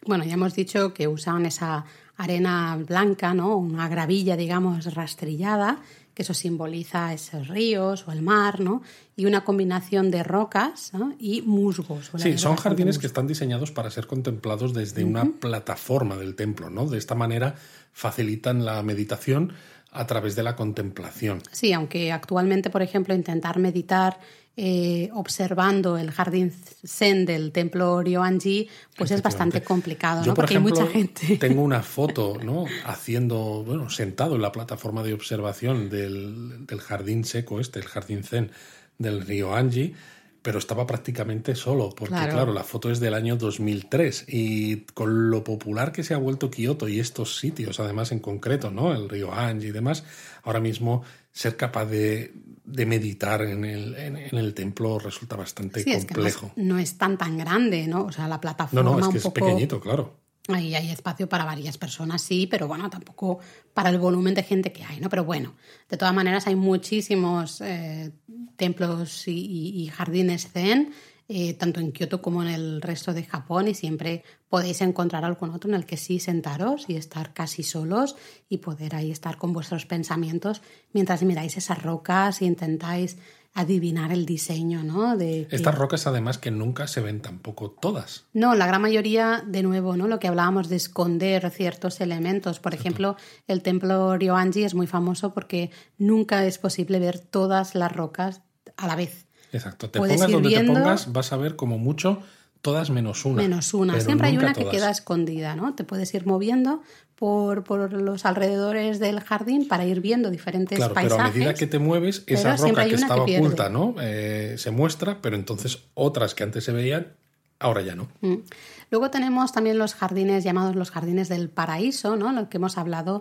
Bueno, ya hemos dicho que usaban esa arena blanca, ¿no? Una gravilla, digamos, rastrillada, que eso simboliza esos ríos o el mar, ¿no? Y una combinación de rocas, ¿no? Y musgos. Sí, son jardines musgo. que están diseñados para ser contemplados desde uh-huh. una plataforma del templo, ¿no? De esta manera facilitan la meditación a través de la contemplación. Sí, aunque actualmente, por ejemplo, intentar meditar eh, observando el jardín zen del templo Ryoanji, pues es bastante complicado, ¿no? Yo, por Porque ejemplo, hay mucha gente. Tengo una foto, ¿no? Haciendo, bueno, sentado en la plataforma de observación del, del jardín seco este, el jardín zen del Ryoanji, pero estaba prácticamente solo, porque claro. claro, la foto es del año dos mil tres y con lo popular que se ha vuelto Kioto y estos sitios, además en concreto, ¿no? El Ryoanji y demás, ahora mismo ser capaz de, de meditar en el, en, en el templo resulta bastante sí, complejo. Es que no es tan tan grande, ¿no? O sea, la plataforma No, no, es que un es poco... pequeñito, claro. Ahí hay espacio para varias personas, sí, pero bueno, tampoco para el volumen de gente que hay, ¿no? Pero bueno, de todas maneras hay muchísimos eh, templos y, y, y jardines zen, eh, tanto en Kioto como en el resto de Japón, y siempre podéis encontrar algún otro en el que sí sentaros y estar casi solos y poder ahí estar con vuestros pensamientos mientras miráis esas rocas e intentáis adivinar el diseño, ¿no? De que... Estas rocas, además, que nunca se ven tampoco todas. No, la gran mayoría, de nuevo, ¿no? Lo que hablábamos de esconder ciertos elementos. Por ejemplo, el templo Ryoanji es muy famoso porque nunca es posible ver todas las rocas a la vez. Exacto. Te pongas donde viendo... te pongas, vas a ver como mucho todas menos una. Menos una. Siempre hay una todas. que queda escondida, ¿no? Te puedes ir moviendo por, por los alrededores del jardín para ir viendo diferentes claro, paisajes. Pero a medida que te mueves, esa roca que estaba que oculta, ¿no? Eh, se muestra, pero entonces otras que antes se veían, ahora ya no. Mm. Luego tenemos también los jardines llamados los jardines del paraíso, ¿no? Lo que hemos hablado,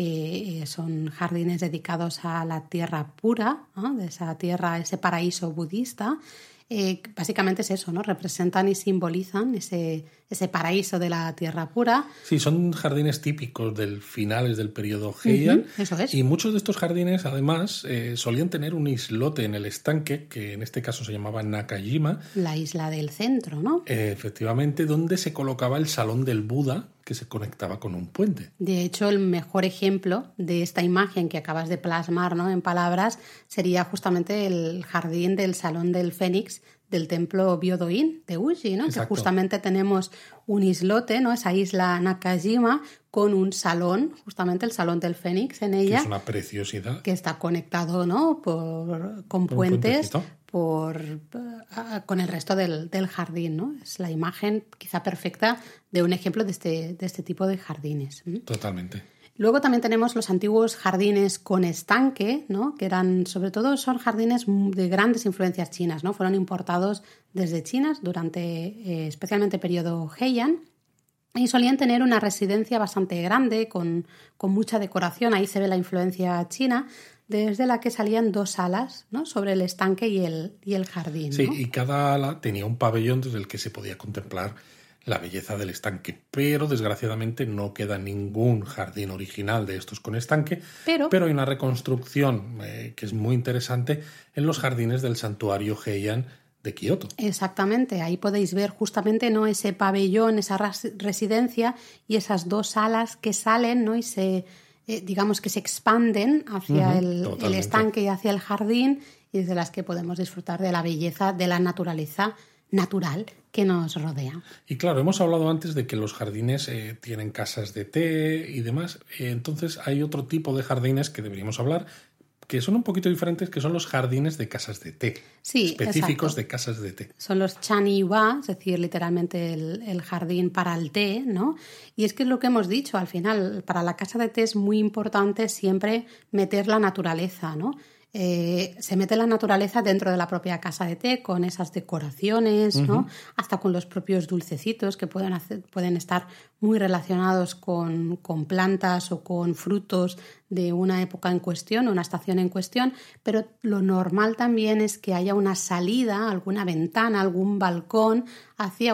que son jardines dedicados a la tierra pura, ¿no? De esa tierra, ese paraíso budista. Eh, básicamente es eso, ¿no? Representan y simbolizan ese, ese paraíso de la tierra pura. Sí, son jardines típicos del finales del periodo Heian. Uh-huh, eso es. Y muchos de estos jardines, además, eh, solían tener un islote en el estanque, que en este caso se llamaba Nakajima. La isla del centro, ¿no? Eh, efectivamente, donde se colocaba el salón del Buda, que se conectaba con un puente. De hecho, el mejor ejemplo de esta imagen que acabas de plasmar, ¿no? En palabras sería justamente el jardín del Salón del Fénix del templo Byodo-in de Uji, ¿no? Que justamente tenemos un islote, ¿no? Esa isla Nakajima con un salón, justamente el Salón del Fénix en ella. Que es una preciosidad. Que está conectado, ¿no? Por, con por puentes por, uh, con el resto del, del jardín, ¿no? Es la imagen quizá perfecta de un ejemplo de este, de este tipo de jardines. ¿Mm? Totalmente. Luego también tenemos los antiguos jardines con estanque, ¿no? Que eran, sobre todo, son jardines de grandes influencias chinas, ¿no? Fueron importados desde China durante eh, especialmente periodo Heian y solían tener una residencia bastante grande con, con mucha decoración. Ahí se ve la influencia china, desde la que salían dos alas, ¿no? Sobre el estanque y el, y el jardín, ¿no? Sí, y cada ala tenía un pabellón desde el que se podía contemplar la belleza del estanque, pero desgraciadamente no queda ningún jardín original de estos con estanque, pero, pero hay una reconstrucción eh, que es muy interesante en los jardines del santuario Heian de Kioto. Exactamente, ahí podéis ver justamente, ¿no? Ese pabellón, esa res- residencia y esas dos alas que salen, ¿no? Y se, eh, digamos que se expanden hacia uh-huh, el, el estanque y hacia el jardín, y desde las que podemos disfrutar de la belleza de la naturaleza natural que nos rodea. Y claro, hemos hablado antes de que los jardines eh, tienen casas de té y demás. Eh, entonces hay otro tipo de jardines que deberíamos hablar, que son un poquito diferentes, que son los jardines de casas de té. Sí, específicos exacto. de casas de té. Son los chaniwa, es decir, literalmente el, el jardín para el té, ¿no? Y es que es lo que hemos dicho, al final, para la casa de té es muy importante siempre meter la naturaleza, ¿no? Eh, se mete la naturaleza dentro de la propia casa de té con esas decoraciones, uh-huh. ¿no? Hasta con los propios dulcecitos que pueden, hacer, pueden estar muy relacionados con, con plantas o con frutos de una época en cuestión, una estación en cuestión, pero lo normal también es que haya una salida, alguna ventana, algún balcón hacia un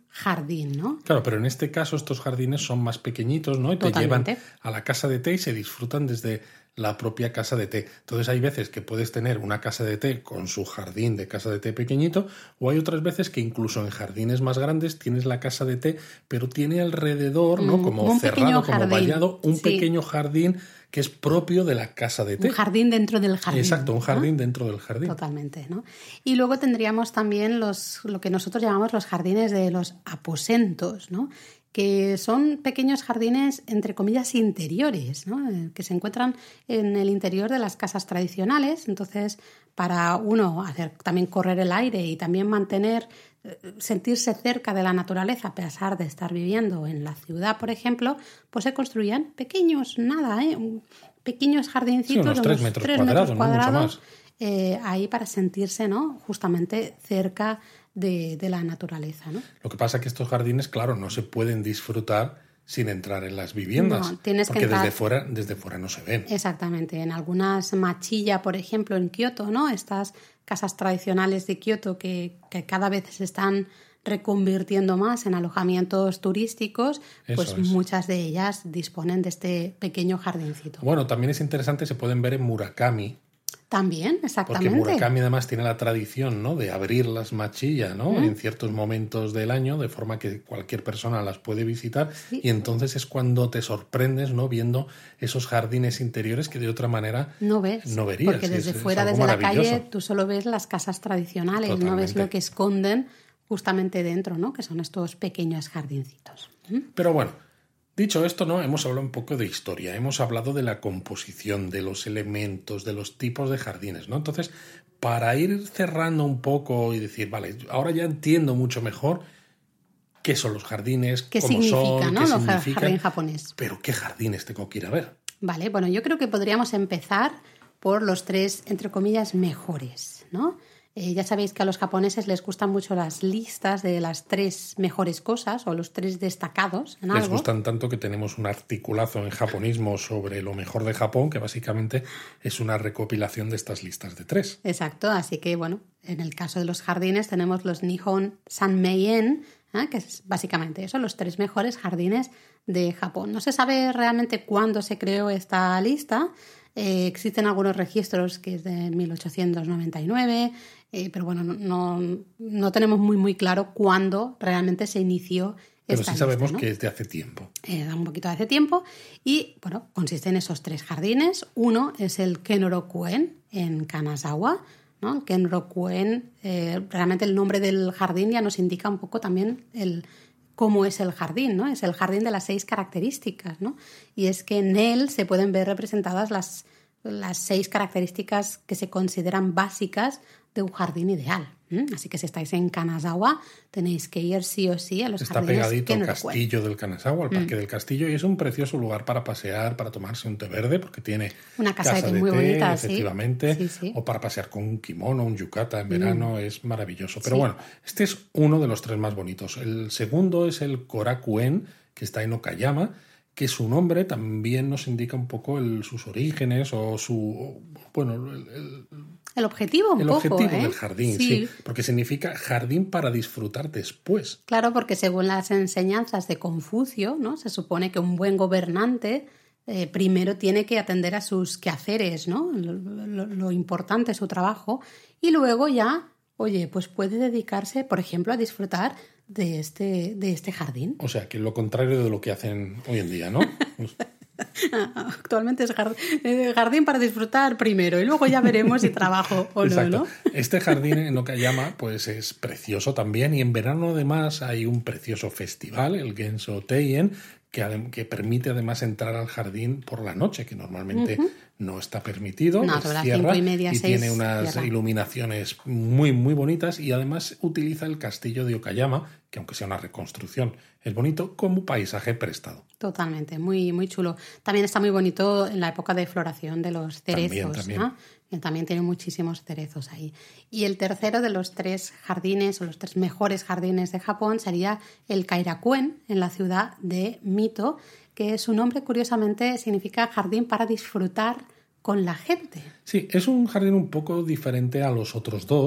jardín, ¿no? Claro, pero en este caso estos jardines son más pequeñitos, ¿no? Y te Totalmente. llevan a la casa de té y se disfrutan desde la propia casa de té. Entonces hay veces que puedes tener una casa de té con su jardín de casa de té pequeñito, o hay otras veces que incluso en jardines más grandes tienes la casa de té, pero tiene alrededor, ¿no? Como un cerrado, como jardín. vallado, un Sí. pequeño jardín que es propio de la casa de té. Un jardín dentro del jardín. Exacto, un jardín ¿no? dentro del jardín. Totalmente, ¿no? Y luego tendríamos también los, lo que nosotros llamamos los jardines de los aposentos, ¿no? Que son pequeños jardines, entre comillas, interiores, ¿no? Que se encuentran en el interior de las casas tradicionales. Entonces, para uno hacer también correr el aire y también mantener, sentirse cerca de la naturaleza a pesar de estar viviendo en la ciudad, por ejemplo, pues se construían pequeños, nada, ¿eh? pequeños jardincitos, sí, unos tres metros tres cuadrados, metros no mucho cuadrados más. eh, ahí para sentirse, ¿no? Justamente cerca de, de la naturaleza, ¿no? Lo que pasa es que estos jardines, claro, no se pueden disfrutar sin entrar en las viviendas. No, tienes que porque entrar... desde fuera, desde fuera no se ven. Exactamente. En algunas Machiya, por ejemplo, en Kioto, ¿no? Estas casas tradicionales de Kioto que, que cada vez se están reconvirtiendo más en alojamientos turísticos, Eso pues es. muchas de ellas disponen de este pequeño jardincito. Bueno, también es interesante, se pueden ver en Murakami. También, exactamente. Porque Murakami además tiene la tradición, ¿no?, de abrir las Machiya, ¿no?, ¿Mm? en ciertos momentos del año, de forma que cualquier persona las puede visitar. Sí. Y entonces es cuando te sorprendes, ¿no?, viendo esos jardines interiores que de otra manera no ves, no verías. porque desde es, fuera, es desde la maravilloso. calle, tú solo ves las casas tradicionales, Totalmente. no ves lo que esconden justamente dentro, ¿no?, que son estos pequeños jardincitos. ¿Mm? Pero bueno, dicho esto, ¿no?, hemos hablado un poco de historia, hemos hablado de la composición, de los elementos, de los tipos de jardines, ¿no? Entonces, para ir cerrando un poco y decir, vale, ahora ya entiendo mucho mejor qué son los jardines, ¿Qué cómo significa, son, ¿no?, qué los significan, jardín japonés? pero qué jardines tengo que ir a ver. Vale, bueno, yo creo que podríamos empezar por los tres, entre comillas, mejores, ¿no? Eh, ya sabéis que a los japoneses les gustan mucho las listas de las tres mejores cosas o los tres destacados en Les algo. gustan tanto que tenemos un articulazo en japonismo sobre lo mejor de Japón, que básicamente es una recopilación de estas listas de tres. Exacto, así que bueno, en el caso de los jardines tenemos los Nihon Sanmeien, ¿eh? que es básicamente eso, los tres mejores jardines de Japón. No se sabe realmente cuándo se creó esta lista. Eh, existen algunos registros que es de mil ochocientos noventa y nueve, eh, pero bueno, no, no, no tenemos muy muy claro cuándo realmente se inició Pero esta sí sabemos lista, ¿no? que es de hace tiempo. Eh, da un poquito de hace tiempo y bueno, consiste en esos tres jardines. Uno es el Kenrokuen en Kanazawa, ¿no? El Kenrokuen, eh, realmente el nombre del jardín ya nos indica un poco también el cómo es el jardín, ¿no? Es el jardín de las seis características, ¿no? Y es que en él se pueden ver representadas las, las seis características que se consideran básicas de un jardín ideal. ¿eh? Así que si estáis en Kanazawa tenéis que ir sí o sí a los Está jardines pegadito al Kenrokuen. castillo del Kanazawa, al parque Mm. del castillo, y es un precioso lugar para pasear, para tomarse un té verde, porque tiene Una casa de té muy té, bonita, sí. efectivamente, Sí, sí. o para pasear con un kimono, un yukata en verano, es maravilloso. Pero Sí. bueno, este es uno de los tres más bonitos. El segundo es el Korakuen, que está en Okayama, que su nombre también nos indica un poco el, sus orígenes o su... bueno, el, el, El objetivo un el poco, objetivo ¿eh? del jardín, sí. porque significa jardín para disfrutar después. Claro, porque según las enseñanzas de Confucio, ¿no? Se supone que un buen gobernante eh, primero tiene que atender a sus quehaceres, ¿no? Lo, lo, lo importante es su trabajo, y luego ya, oye, pues puede dedicarse, por ejemplo, a disfrutar de este, de este jardín. O sea, que lo contrario de lo que hacen hoy en día, ¿no? Actualmente es jardín, eh, jardín para disfrutar primero y luego ya veremos si trabajo o Exacto. no, ¿no? Este jardín en Okayama pues es precioso también, y en verano además hay un precioso festival, el Genso Teien, que, que permite además entrar al jardín por la noche, que normalmente uh-huh. no está permitido. No, sobre las cinco y media, y seis, tiene unas cierra. iluminaciones muy, muy bonitas, y además utiliza el castillo de Okayama, que aunque sea una reconstrucción, es bonito, como paisaje prestado. Totalmente, muy, muy chulo. También está muy bonito en la época de floración de los cerezos, también, también. ¿no? Que también tiene muchísimos cerezos ahí. Y el tercero de los tres jardines, o los tres mejores jardines de Japón, sería el Kairakuen, en la ciudad de Mito, que su nombre, curiosamente, significa jardín para disfrutar con la gente. Sí, es un jardín un poco diferente a los otros dos,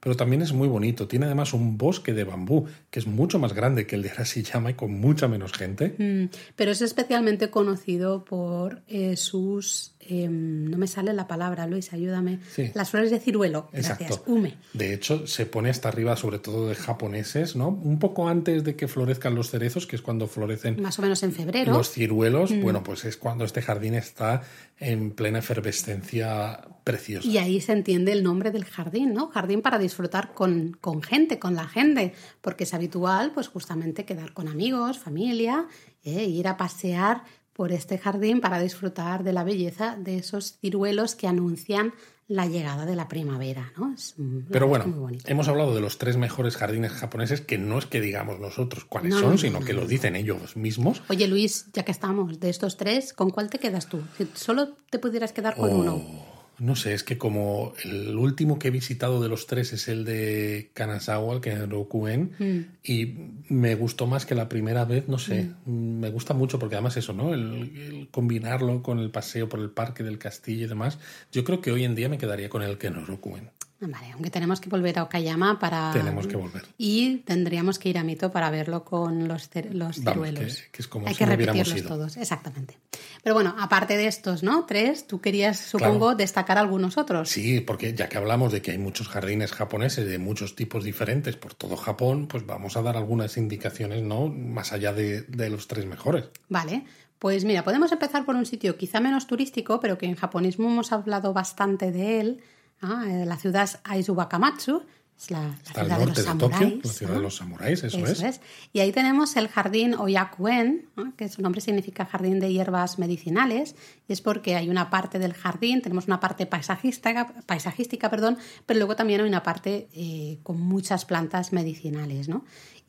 pero también es muy bonito. Tiene además un bosque de bambú, que es mucho más grande que el de Arashiyama y con mucha menos gente. Mm, pero es especialmente conocido por eh, sus... Eh, no me sale la palabra, Luis, ayúdame. Sí. Las flores de ciruelo. Exacto. Gracias. Ume. De hecho, se pone hasta arriba, sobre todo de japoneses, ¿no? Un poco antes de que florezcan los cerezos, que es cuando florecen... Más o menos en febrero. Los ciruelos, mm. bueno, pues es cuando este jardín está en plena efervescencia preciosa. Y ahí se entiende el nombre del jardín, ¿no? Jardín para disfrutar con, con gente, con la gente, porque es habitual, pues justamente quedar con amigos, familia, eh, ir a pasear por este jardín para disfrutar de la belleza de esos ciruelos que anuncian la llegada de la primavera, ¿no? Es, Pero bueno, muy bonito. Hemos hablado de los tres mejores jardines japoneses, que no es que digamos nosotros cuáles no, son, no, sino no, que no. lo dicen ellos mismos. Oye, Luis, ya que estamos, de estos tres, ¿con cuál te quedas tú? Si solo te pudieras quedar con Oh, uno. No sé, es que como el último que he visitado de los tres es el de Kanazawa, el Kenrokuen, mm. y me gustó más que la primera vez, no sé, mm. me gusta mucho porque además eso, ¿no? El, el combinarlo con el paseo por el parque del castillo y demás, yo creo que hoy en día me quedaría con el Kenrokuen. Vale, aunque tenemos que volver a Okayama para... Tenemos que volver. Y tendríamos que ir a Mito para verlo con los, cer- los Vamos, ciruelos. Que, que es como Hay si que no hubiéramos repetirlos ido. todos, exactamente. Pero bueno, aparte de estos, ¿no? Tres, tú querías, supongo, Claro. destacar algunos otros. Sí, porque ya que hablamos de que hay muchos jardines japoneses de muchos tipos diferentes por todo Japón, pues vamos a dar algunas indicaciones, ¿no? Más allá de, de los tres mejores. Vale. Pues mira, podemos empezar por un sitio quizá menos turístico, pero que en japonismo hemos hablado bastante de él. Ah, la ciudad es Aizu-Wakamatsu, es la, la Está al ciudad de norte los de, samuráis. Tokio, la ciudad ¿no? de los samuráis, eso, Eso es. es. Y ahí tenemos el jardín Oyakuen, ¿no? Que su nombre significa jardín de hierbas medicinales, y es porque hay una parte del jardín, tenemos una parte paisajística, paisajística perdón, pero luego también hay una parte eh, con muchas plantas medicinales, ¿no?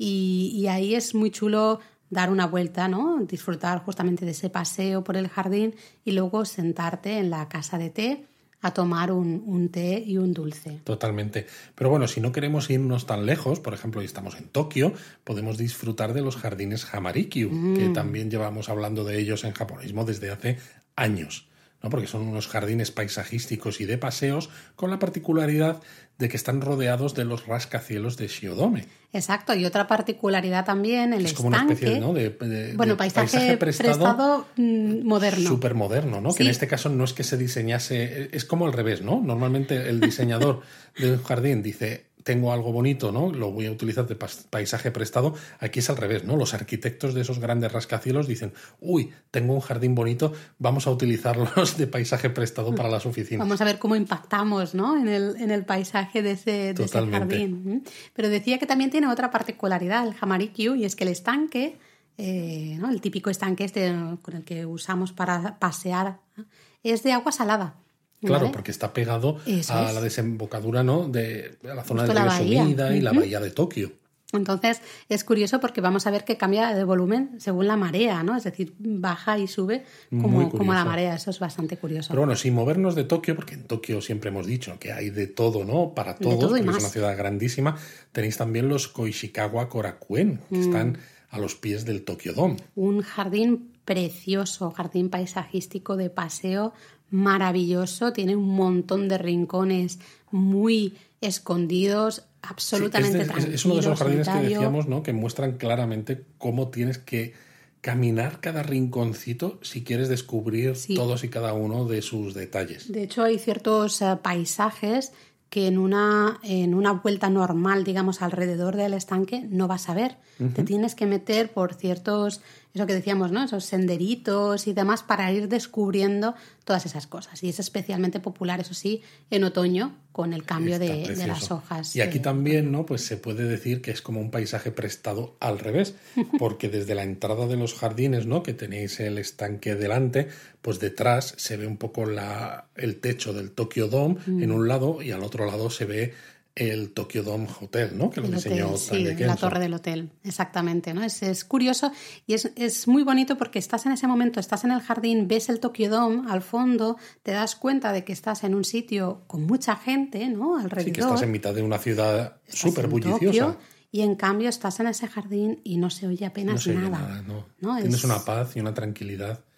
Y, y ahí es muy chulo dar una vuelta, ¿no? Disfrutar justamente de ese paseo por el jardín y luego sentarte en la casa de té a tomar un, un té y un dulce. Totalmente. Pero bueno, si no queremos irnos tan lejos, por ejemplo, si estamos en Tokio, podemos disfrutar de los jardines Hamarikyu, mm. que también llevamos hablando de ellos en japonismo desde hace años, ¿no? Porque son unos jardines paisajísticos y de paseos con la particularidad de que están rodeados de los rascacielos de Shiodome. Exacto, y otra particularidad también, el es como estanque. Una especie, ¿no? de, de, bueno, de paisaje, paisaje prestado, prestado mmm, moderno. Súper moderno, ¿no? Sí. Que en este caso no es que se diseñase, es como al revés, ¿no? Normalmente el diseñador de un jardín dice, tengo algo bonito, ¿no? Lo voy a utilizar de paisaje prestado. Aquí es al revés, ¿no? Los arquitectos de esos grandes rascacielos dicen, uy, tengo un jardín bonito, vamos a utilizarlos de paisaje prestado para las oficinas. Vamos a ver cómo impactamos, ¿no? en, el, en el paisaje de ese, de ese jardín. Pero decía que también tiene otra particularidad el Hamarikyu, y es que el estanque, eh, ¿no? El típico estanque este con el que usamos para pasear, ¿no? Es de agua salada. Claro, ¿vale? porque está pegado Eso a es. la desembocadura, ¿no? De a la zona Justo del la río bahía. Sumida y Uh-huh. la bahía de Tokio. Entonces es curioso porque vamos a ver que cambia de volumen según la marea, ¿no? Es decir, baja y sube como, como la marea. Eso es bastante curioso. Pero bueno, sin movernos de Tokio, porque en Tokio siempre hemos dicho que hay de todo, ¿no? Para todos, todo porque más. es una ciudad grandísima. Tenéis también los Koishikawa Korakuen, que mm. están a los pies del Tokyo Dome. Un jardín precioso, jardín paisajístico de paseo maravilloso. Tiene un montón de rincones muy escondidos, absolutamente sí, es, de, tranquilos. Es uno de esos jardines solitario. que decíamos, ¿no? Que muestran claramente cómo tienes que caminar cada rinconcito si quieres descubrir sí. todos y cada uno de sus detalles. De hecho, hay ciertos uh, paisajes que en una, en una vuelta normal, digamos, alrededor del estanque no vas a ver. Uh-huh. Te tienes que meter por ciertos, eso que decíamos, ¿no? Esos senderitos y demás para ir descubriendo todas esas cosas. Y es especialmente popular, eso sí, en otoño, con el cambio de, de las hojas. Y aquí de... también, ¿no? Pues se puede decir que es como un paisaje prestado al revés, porque desde la entrada de los jardines, ¿no? Que tenéis el estanque delante, pues detrás se ve un poco la, el techo del Tokyo Dome mm. en un lado, y al otro lado se ve el Tokyo Dome Hotel, ¿no? Que lo el diseñó hotel, sí, Kenzo. La torre del hotel, exactamente, ¿no? Es, es curioso y es, es muy bonito porque estás en ese momento, estás en el jardín, ves el Tokyo Dome al fondo, te das cuenta de que estás en un sitio con mucha gente, ¿no? Alrededor. Sí, que estás en mitad de una ciudad súper bulliciosa. Y en cambio estás en ese jardín y no se oye apenas no se oye nada. nada no. ¿no? Tienes es... una paz y una tranquilidad.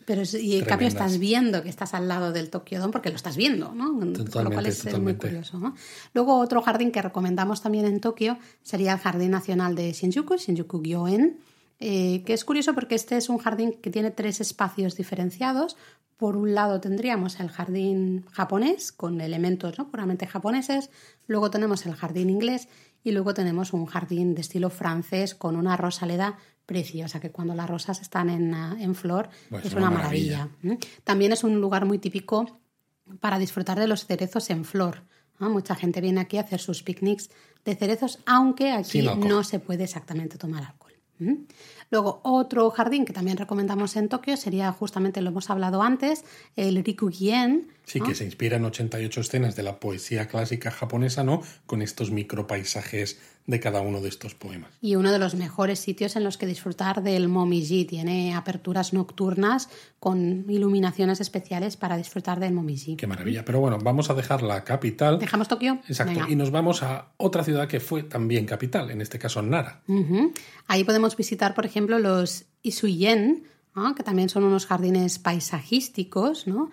Pero es, y en tremendas. cambio estás viendo que estás al lado del Tokyo Dome porque lo estás viendo, ¿no? Totalmente, Con lo cual es totalmente. muy curioso, ¿no? Luego otro jardín que recomendamos también en Tokio sería el Jardín Nacional de Shinjuku, Shinjuku Gyoen, eh, que es curioso porque este es un jardín que tiene tres espacios diferenciados. Por un lado tendríamos el jardín japonés con elementos, ¿no?, puramente japoneses, luego tenemos el jardín inglés y luego tenemos un jardín de estilo francés con una rosaleda preciosa, que cuando las rosas están en, en flor pues es una, una maravilla. maravilla. También es un lugar muy típico para disfrutar de los cerezos en flor, ¿no? Mucha gente viene aquí a hacer sus picnics de cerezos, aunque aquí sí, no, no se puede exactamente tomar alcohol. ¿Mm? Luego, otro jardín que también recomendamos en Tokio sería justamente, lo hemos hablado antes, el Rikugien. Sí, ¿no? Que se inspira en ochenta y ocho escenas de la poesía clásica japonesa, ¿no?, con estos micropaisajes de cada uno de estos poemas. Y uno de los mejores sitios en los que disfrutar del Momiji. Tiene aperturas nocturnas con iluminaciones especiales para disfrutar del Momiji. Qué maravilla. Pero bueno, vamos a dejar la capital. ¿Dejamos Tokio? Exacto. Venga. Y nos vamos a otra ciudad que fue también capital, en este caso Nara. Uh-huh. Ahí podemos visitar, por ejemplo, los Isuyen, ¿no?, que también son unos jardines paisajísticos, ¿no?,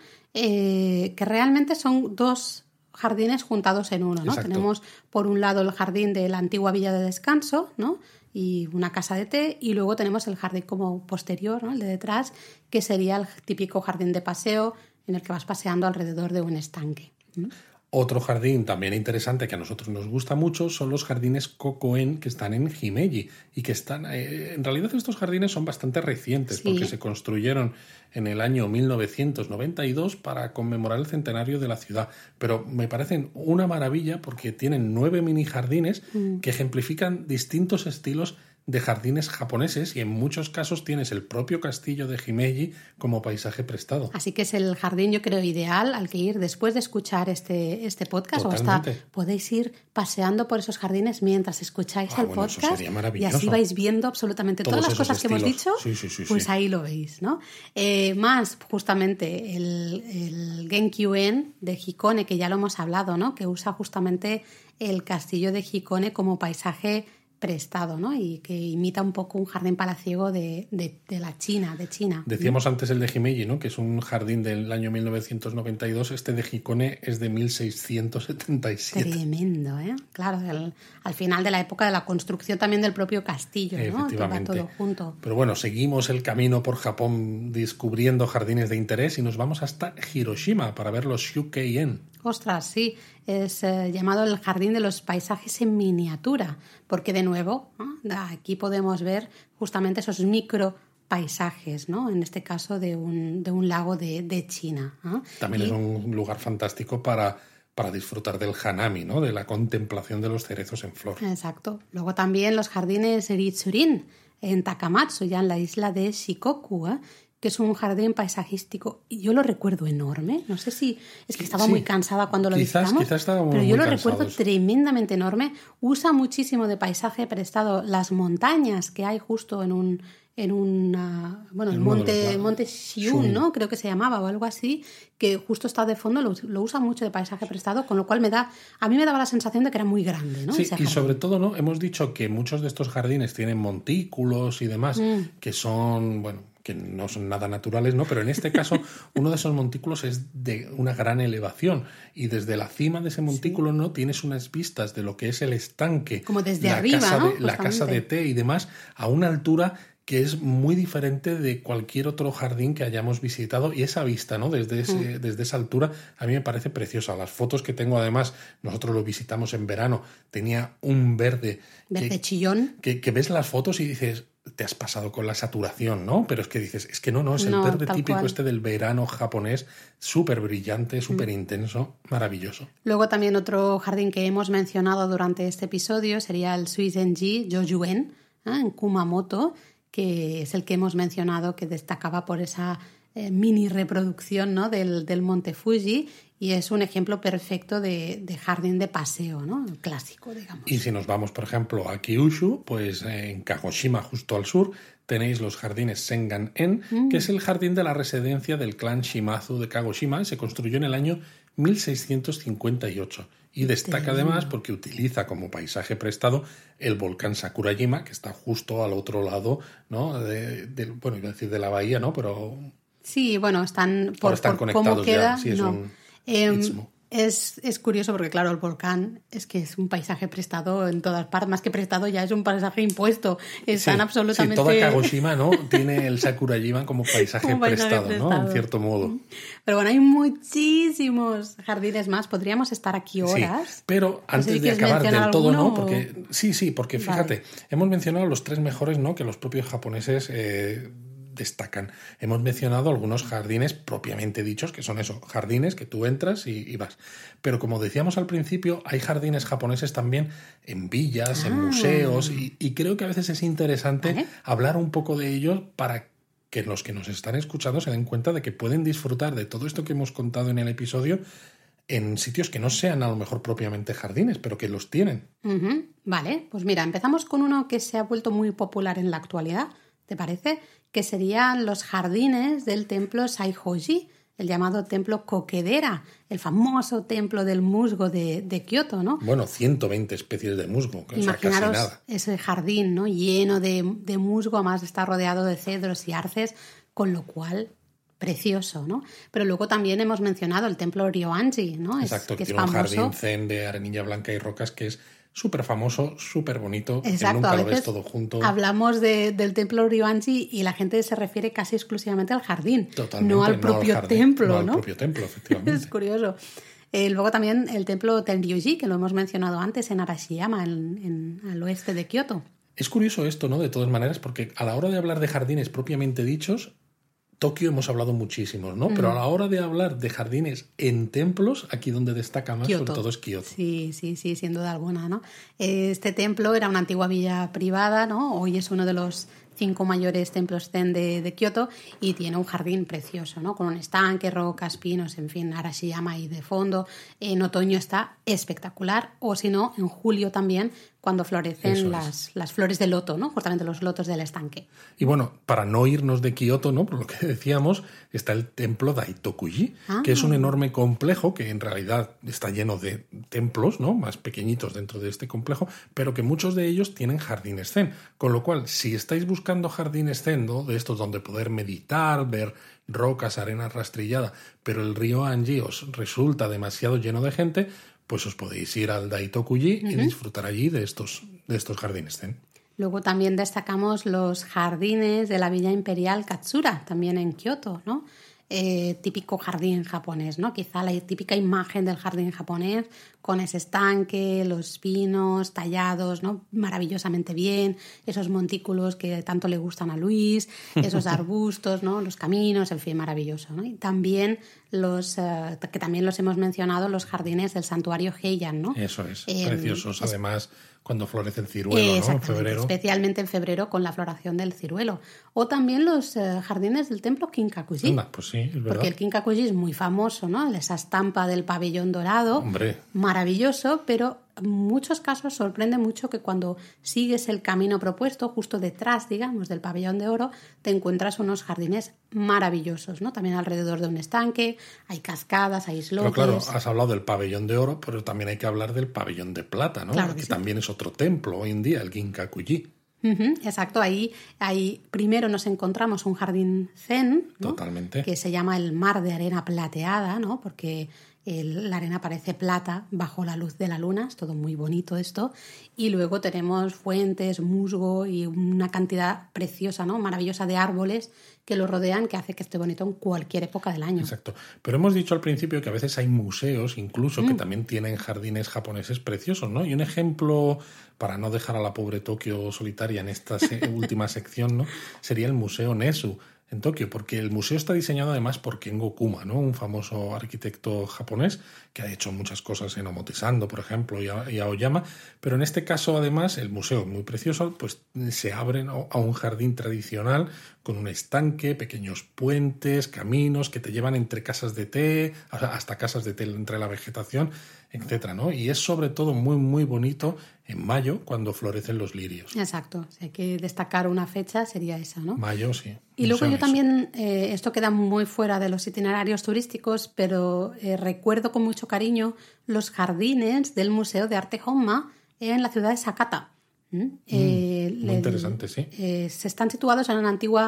eh, que realmente son dos jardines juntados en uno, ¿no? Exacto. Tenemos por un lado el jardín de la antigua villa de descanso, ¿no?, y una casa de té, y luego tenemos el jardín como posterior, ¿no?, el de detrás, que sería el típico jardín de paseo en el que vas paseando alrededor de un estanque. ¿Mm? Otro jardín también interesante que a nosotros nos gusta mucho son los jardines Kokoen, que están en Himeji y que están... Eh, en realidad estos jardines son bastante recientes, sí, porque se construyeron en el año mil novecientos noventa y dos para conmemorar el centenario de la ciudad. Pero me parecen una maravilla porque tienen nueve mini jardines mm. que ejemplifican distintos estilos de jardines japoneses y en muchos casos tienes el propio castillo de Himeji como paisaje prestado. Así que es el jardín, yo creo, ideal al que ir después de escuchar este, este podcast. Totalmente. O hasta podéis ir paseando por esos jardines mientras escucháis ah, el bueno, podcast eso sería maravilloso. Y así vais viendo absolutamente Todos todas las cosas estilos. que hemos dicho, sí, sí, sí, pues sí. ahí lo veis, ¿no? Eh, más justamente el, el Genkyuen de Hikone, que ya lo hemos hablado, ¿no?, que usa justamente el castillo de Hikone como paisaje prestado, ¿no?, y que imita un poco un jardín palaciego de, de, de la China, de China. Decíamos antes el de Himeji, ¿no?, que es un jardín del año mil novecientos noventa y dos. Este de Hikone es de mil seiscientos setenta y siete. Tremendo, ¿eh? Claro, el, al final de la época de la construcción también del propio castillo, ¿no? Efectivamente. Que va todo junto. Pero bueno, seguimos el camino por Japón descubriendo jardines de interés y nos vamos hasta Hiroshima para ver los Shukeien. Ostras, sí, es eh, llamado el jardín de los paisajes en miniatura, porque de nuevo, ¿no?, aquí podemos ver justamente esos micro paisajes, ¿no?, en este caso de un, de un lago de, de China, ¿no? También y... es un lugar fantástico para, para disfrutar del hanami, ¿no?, de la contemplación de los cerezos en flor. Exacto. Luego también los jardines Ritsurin en Takamatsu, ya en la isla de Shikoku, ¿eh?, que es un jardín paisajístico, y yo lo recuerdo enorme, no sé si es que estaba sí, muy cansada cuando lo quizás, visitamos, quizás estaba muy, pero yo muy lo cansados. recuerdo tremendamente enorme, usa muchísimo de paisaje prestado, las montañas que hay justo en un, en una, bueno, el, el monte, monte Shiun, ¿no?, creo que se llamaba o algo así, que justo está de fondo, lo, lo usa mucho de paisaje prestado, con lo cual me da, a mí me daba la sensación de que era muy grande, ¿no? Sí, y sobre todo, ¿no?, hemos dicho que muchos de estos jardines tienen montículos y demás, mm. que son, bueno, que no son nada naturales, ¿no? Pero en este caso uno de esos montículos es de una gran elevación y desde la cima de ese montículo, sí, ¿no?, tienes unas vistas de lo que es el estanque, como desde la arriba, casa ¿no?, de, la casa de té y demás, a una altura que es muy diferente de cualquier otro jardín que hayamos visitado, y esa vista, ¿no?, desde, ese, mm. desde esa altura a mí me parece preciosa. Las fotos que tengo, además, nosotros lo visitamos en verano, tenía un verde verde que, chillón que, que ves las fotos y dices, te has pasado con la saturación, ¿no? Pero es que dices, es que no, no, es el no, verde típico cual. Este del verano japonés, súper brillante, súper mm. intenso, maravilloso. Luego también otro jardín que hemos mencionado durante este episodio sería el Suizenji Jojuen, ¿eh?, en Kumamoto, que es el que hemos mencionado, que destacaba por esa eh, mini reproducción, ¿no?, del, del monte Fuji, y es un ejemplo perfecto de, de jardín de paseo, ¿no?, el clásico, digamos. Y si nos vamos, por ejemplo, a Kyushu, pues en Kagoshima, justo al sur, tenéis los jardines Sengan-en, mm. que es el jardín de la residencia del clan Shimazu de Kagoshima, y se construyó en el año mil seiscientos cincuenta y ocho. Y destaca además porque utiliza como paisaje prestado el volcán Sakurajima, que está justo al otro lado, ¿no?, de, de, bueno, iba a decir de la bahía, ¿no?, pero Sí, bueno, están por, están por conectados cómo queda. Ya. Sí, es no. un eh, istmo. Es, es curioso porque, claro, el volcán es que es un paisaje prestado en todas partes. Más que prestado, ya es un paisaje impuesto. Están sí, absolutamente... Sí, toda Kagoshima, ¿no? Tiene el Sakurajima como paisaje, como paisaje prestado, prestado, ¿no? En cierto modo. Pero bueno, hay muchísimos jardines más. Podríamos estar aquí horas. Sí, pero antes no sé si de acabar del todo, ¿no? Porque, sí, sí, porque fíjate, vale. hemos mencionado los tres mejores, ¿no? Que los propios japoneses... Eh, destacan. Hemos mencionado algunos jardines propiamente dichos, que son eso, jardines que tú entras y, y vas. Pero como decíamos al principio, hay jardines japoneses también en villas, ah. en museos, y, y creo que a veces es interesante ¿Vale? hablar un poco de ellos para que los que nos están escuchando se den cuenta de que pueden disfrutar de todo esto que hemos contado en el episodio en sitios que no sean a lo mejor propiamente jardines, pero que los tienen. Uh-huh. Vale, pues mira, empezamos con uno que se ha vuelto muy popular en la actualidad, ¿te parece? Que serían los jardines del templo Saihoji, el llamado templo Kokedera, el famoso templo del musgo de, de Kioto, ¿no? Bueno, ciento veinte especies de musgo, que Imaginaros o sea, casi nada. Ese jardín, ¿no? Lleno de, de musgo, además está rodeado de cedros y arces, con lo cual... precioso, ¿no? Pero luego también hemos mencionado el templo Ryoanji, ¿no? Exacto, es, que tiene es famoso. un jardín zen de arenilla blanca y rocas que es súper famoso, súper bonito, Exacto, que nunca a lo veces ves todo junto. Hablamos de, del templo Ryoanji y la gente se refiere casi exclusivamente al jardín, Totalmente, no al propio no al jardín, templo, no ¿no? al propio templo, efectivamente. Es curioso. Eh, luego también el templo Tenryuji, que lo hemos mencionado antes en Arashiyama, en, en, al oeste de Kioto. Es curioso esto, ¿no? De todas maneras, porque a la hora de hablar de jardines propiamente dichos, Tokio hemos hablado muchísimos, ¿no? Mm. Pero a la hora de hablar de jardines en templos, aquí donde destaca más, Kioto. Sobre todo es Kioto. Sí, sí, sí, sin duda alguna, ¿no? Este templo era una antigua villa privada, ¿no? Hoy es uno de los cinco mayores templos zen de, de Kioto y tiene un jardín precioso, ¿no? Con un estanque, rocas, pinos, en fin, Arashiyama ahí de fondo. En otoño está espectacular, o si no, en julio también, cuando florecen las, las flores de loto, ¿no? Justamente los lotos del estanque. Y bueno, para no irnos de Kioto, ¿no? Por lo que decíamos, está el templo Daitokuji, ah. que es un enorme complejo que en realidad está lleno de templos, ¿no? Más pequeñitos dentro de este complejo, pero que muchos de ellos tienen jardines zen. Con lo cual, si estáis buscando jardines zen, ¿no? De estos donde poder meditar, ver rocas, arena rastrillada, pero el río Anji os resulta demasiado lleno de gente, pues os podéis ir al Daitokuji uh-huh. y disfrutar allí de estos, de estos jardines zen. Luego también destacamos los jardines de la Villa Imperial Katsura, también en Kioto, ¿no? Eh, típico jardín japonés, ¿no? Quizá la típica imagen del jardín japonés con ese estanque, los pinos tallados, ¿no? Maravillosamente bien, esos montículos que tanto le gustan a Luis, esos arbustos, ¿no? Los caminos, en fin, maravilloso, ¿no? Y también los, eh, que también los hemos mencionado, los jardines del santuario Heian, ¿no? Eso es, eh, preciosos, es, además... cuando florece el ciruelo, ¿no? En febrero. Especialmente en febrero con la floración del ciruelo. O también los eh, jardines del templo Kinkakuji. Anda, pues sí, es verdad. Porque el Kinkakuji es muy famoso, ¿no? Esa estampa del pabellón dorado. Hombre. Maravilloso, pero en muchos casos sorprende mucho que cuando sigues el camino propuesto, justo detrás, digamos, del pabellón de oro, te encuentras unos jardines maravillosos, ¿no? También alrededor de un estanque, hay cascadas, hay islotes. Pero claro, has hablado del pabellón de oro, pero también hay que hablar del pabellón de plata, ¿no? Claro que que sí. también es otro templo hoy en día, el Kinkakuji. Uh-huh, exacto, ahí, ahí primero nos encontramos un jardín zen, ¿no? Totalmente. Que se llama el mar de arena plateada, ¿no? Porque el, la arena parece plata bajo la luz de la luna, es todo muy bonito esto. Y luego tenemos fuentes, musgo y una cantidad preciosa, ¿no? Maravillosa de árboles que lo rodean, que hace que esté bonito en cualquier época del año. Exacto. Pero hemos dicho al principio que a veces hay museos incluso mm. que también tienen jardines japoneses preciosos, ¿no? Y un ejemplo, para no dejar a la pobre Tokio solitaria en esta se- última sección, ¿no? Sería el Museo Nezu en Tokio, porque el museo está diseñado además por Kengo Kuma, ¿no? Un famoso arquitecto japonés que ha hecho muchas cosas en Omotesando, por ejemplo, y, a, y Aoyama, pero en este caso además el museo, muy precioso, pues se abre a un jardín tradicional con un estanque, pequeños puentes, caminos que te llevan entre casas de té, hasta casas de té entre la vegetación, etcétera, ¿no? Y es sobre todo muy, muy bonito en mayo, cuando florecen los lirios. Exacto. Si hay que destacar una fecha, sería esa, ¿no? Mayo, sí. Y luego yo también, eh, esto queda muy fuera de los itinerarios turísticos, pero eh, recuerdo con mucho cariño los jardines del Museo de Arte Honma en la ciudad de Sakata. ¿Mm? Mm, eh, muy le, interesante, sí. Eh, se están situados en una antigua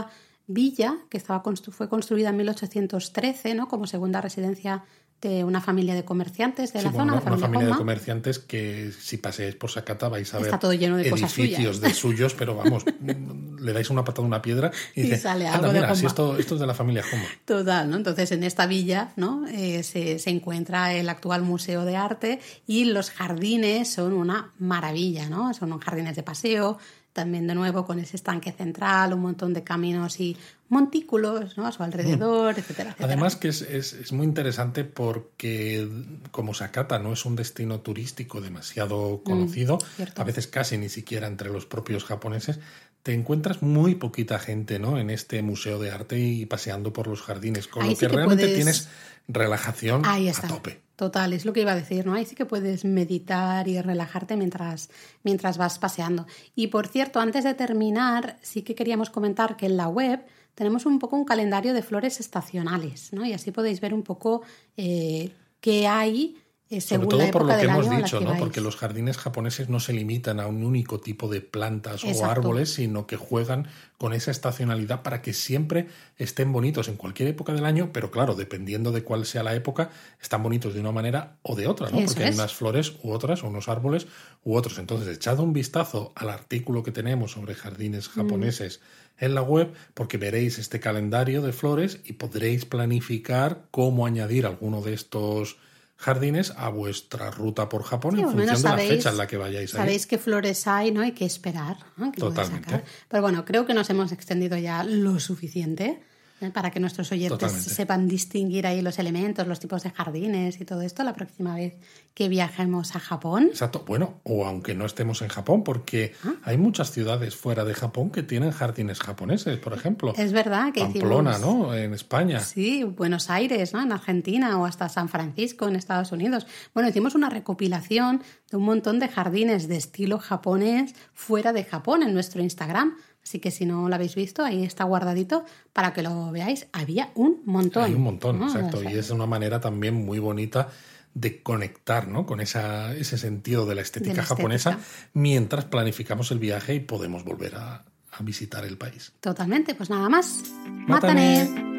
villa que estaba constru- fue construida en mil ochocientos trece, ¿no? Como segunda residencia de una familia de comerciantes de sí, la bueno, zona. Una, la familia una familia Homma. de comerciantes que si paseáis por Sakata vais a Está ver todo lleno de cosas edificios suyas. de suyos, pero vamos, le dais una patada a una piedra y, Y dice, sale anda, algo de mira, si Homma". esto, esto es de la familia Homma. Total, ¿no? Entonces en esta villa, ¿no? Eh, se, se encuentra el actual Museo de Arte y los jardines son una maravilla, ¿no? Son jardines de paseo, también de nuevo con ese estanque central, un montón de caminos y montículos, ¿no? A su alrededor, mm. etcétera, etcétera. Además que es, es, es muy interesante porque como Sakata no es un destino turístico demasiado conocido, mm, a veces casi ni siquiera entre los propios japoneses, te encuentras muy poquita gente, ¿no? En este museo de arte y paseando por los jardines, con Ahí lo sí que, que realmente puedes... tienes relajación Ahí está. a tope. Total, es lo que iba a decir, ¿no? Ahí sí que puedes meditar y relajarte mientras, mientras vas paseando. Y por cierto, antes de terminar, sí que queríamos comentar que en la web tenemos un poco un calendario de flores estacionales, ¿no? Y así podéis ver un poco eh, qué hay eh, según Sobre todo la por época lo que del hemos año dicho, a la que ¿no? vais. Porque los jardines japoneses no se limitan a un único tipo de plantas Exacto. o árboles, sino que juegan con esa estacionalidad para que siempre estén bonitos en cualquier época del año, pero claro, dependiendo de cuál sea la época, están bonitos de una manera o de otra, ¿no? Eso Porque es. hay unas flores u otras, o unos árboles u otros. Entonces, echad un vistazo al artículo que tenemos sobre jardines japoneses mm. en la web, porque veréis este calendario de flores y podréis planificar cómo añadir alguno de estos jardines a vuestra ruta por Japón, sí, en función sabéis, de la fecha en la que vayáis a ir. Sabéis qué flores hay, ¿no? Hay que esperar, ¿no? Que Totalmente. Sacar. Pero bueno, creo que nos hemos extendido ya lo suficiente ¿eh? Para que nuestros oyentes Totalmente. Sepan distinguir ahí los elementos, los tipos de jardines y todo esto la próxima vez que viajemos a Japón. Exacto. Bueno, o aunque no estemos en Japón, porque ¿Ah? hay muchas ciudades fuera de Japón que tienen jardines japoneses, por ejemplo. Es verdad que Pamplona, hicimos... ¿no? En España. Sí, Buenos Aires, ¿no? En Argentina, o hasta San Francisco, en Estados Unidos. Bueno, hicimos una recopilación de un montón de jardines de estilo japonés fuera de Japón en nuestro Instagram. Así que si no lo habéis visto, ahí está guardadito para que lo veáis. Había un montón. Hay un montón, ¿no? exacto. O sea, y es una manera también muy bonita de conectar, ¿no? Con esa, ese sentido de la estética de la japonesa estética. Mientras planificamos el viaje y podemos volver a, a visitar el país. Totalmente. Pues nada más. ¡Mátane! ¡Mátane!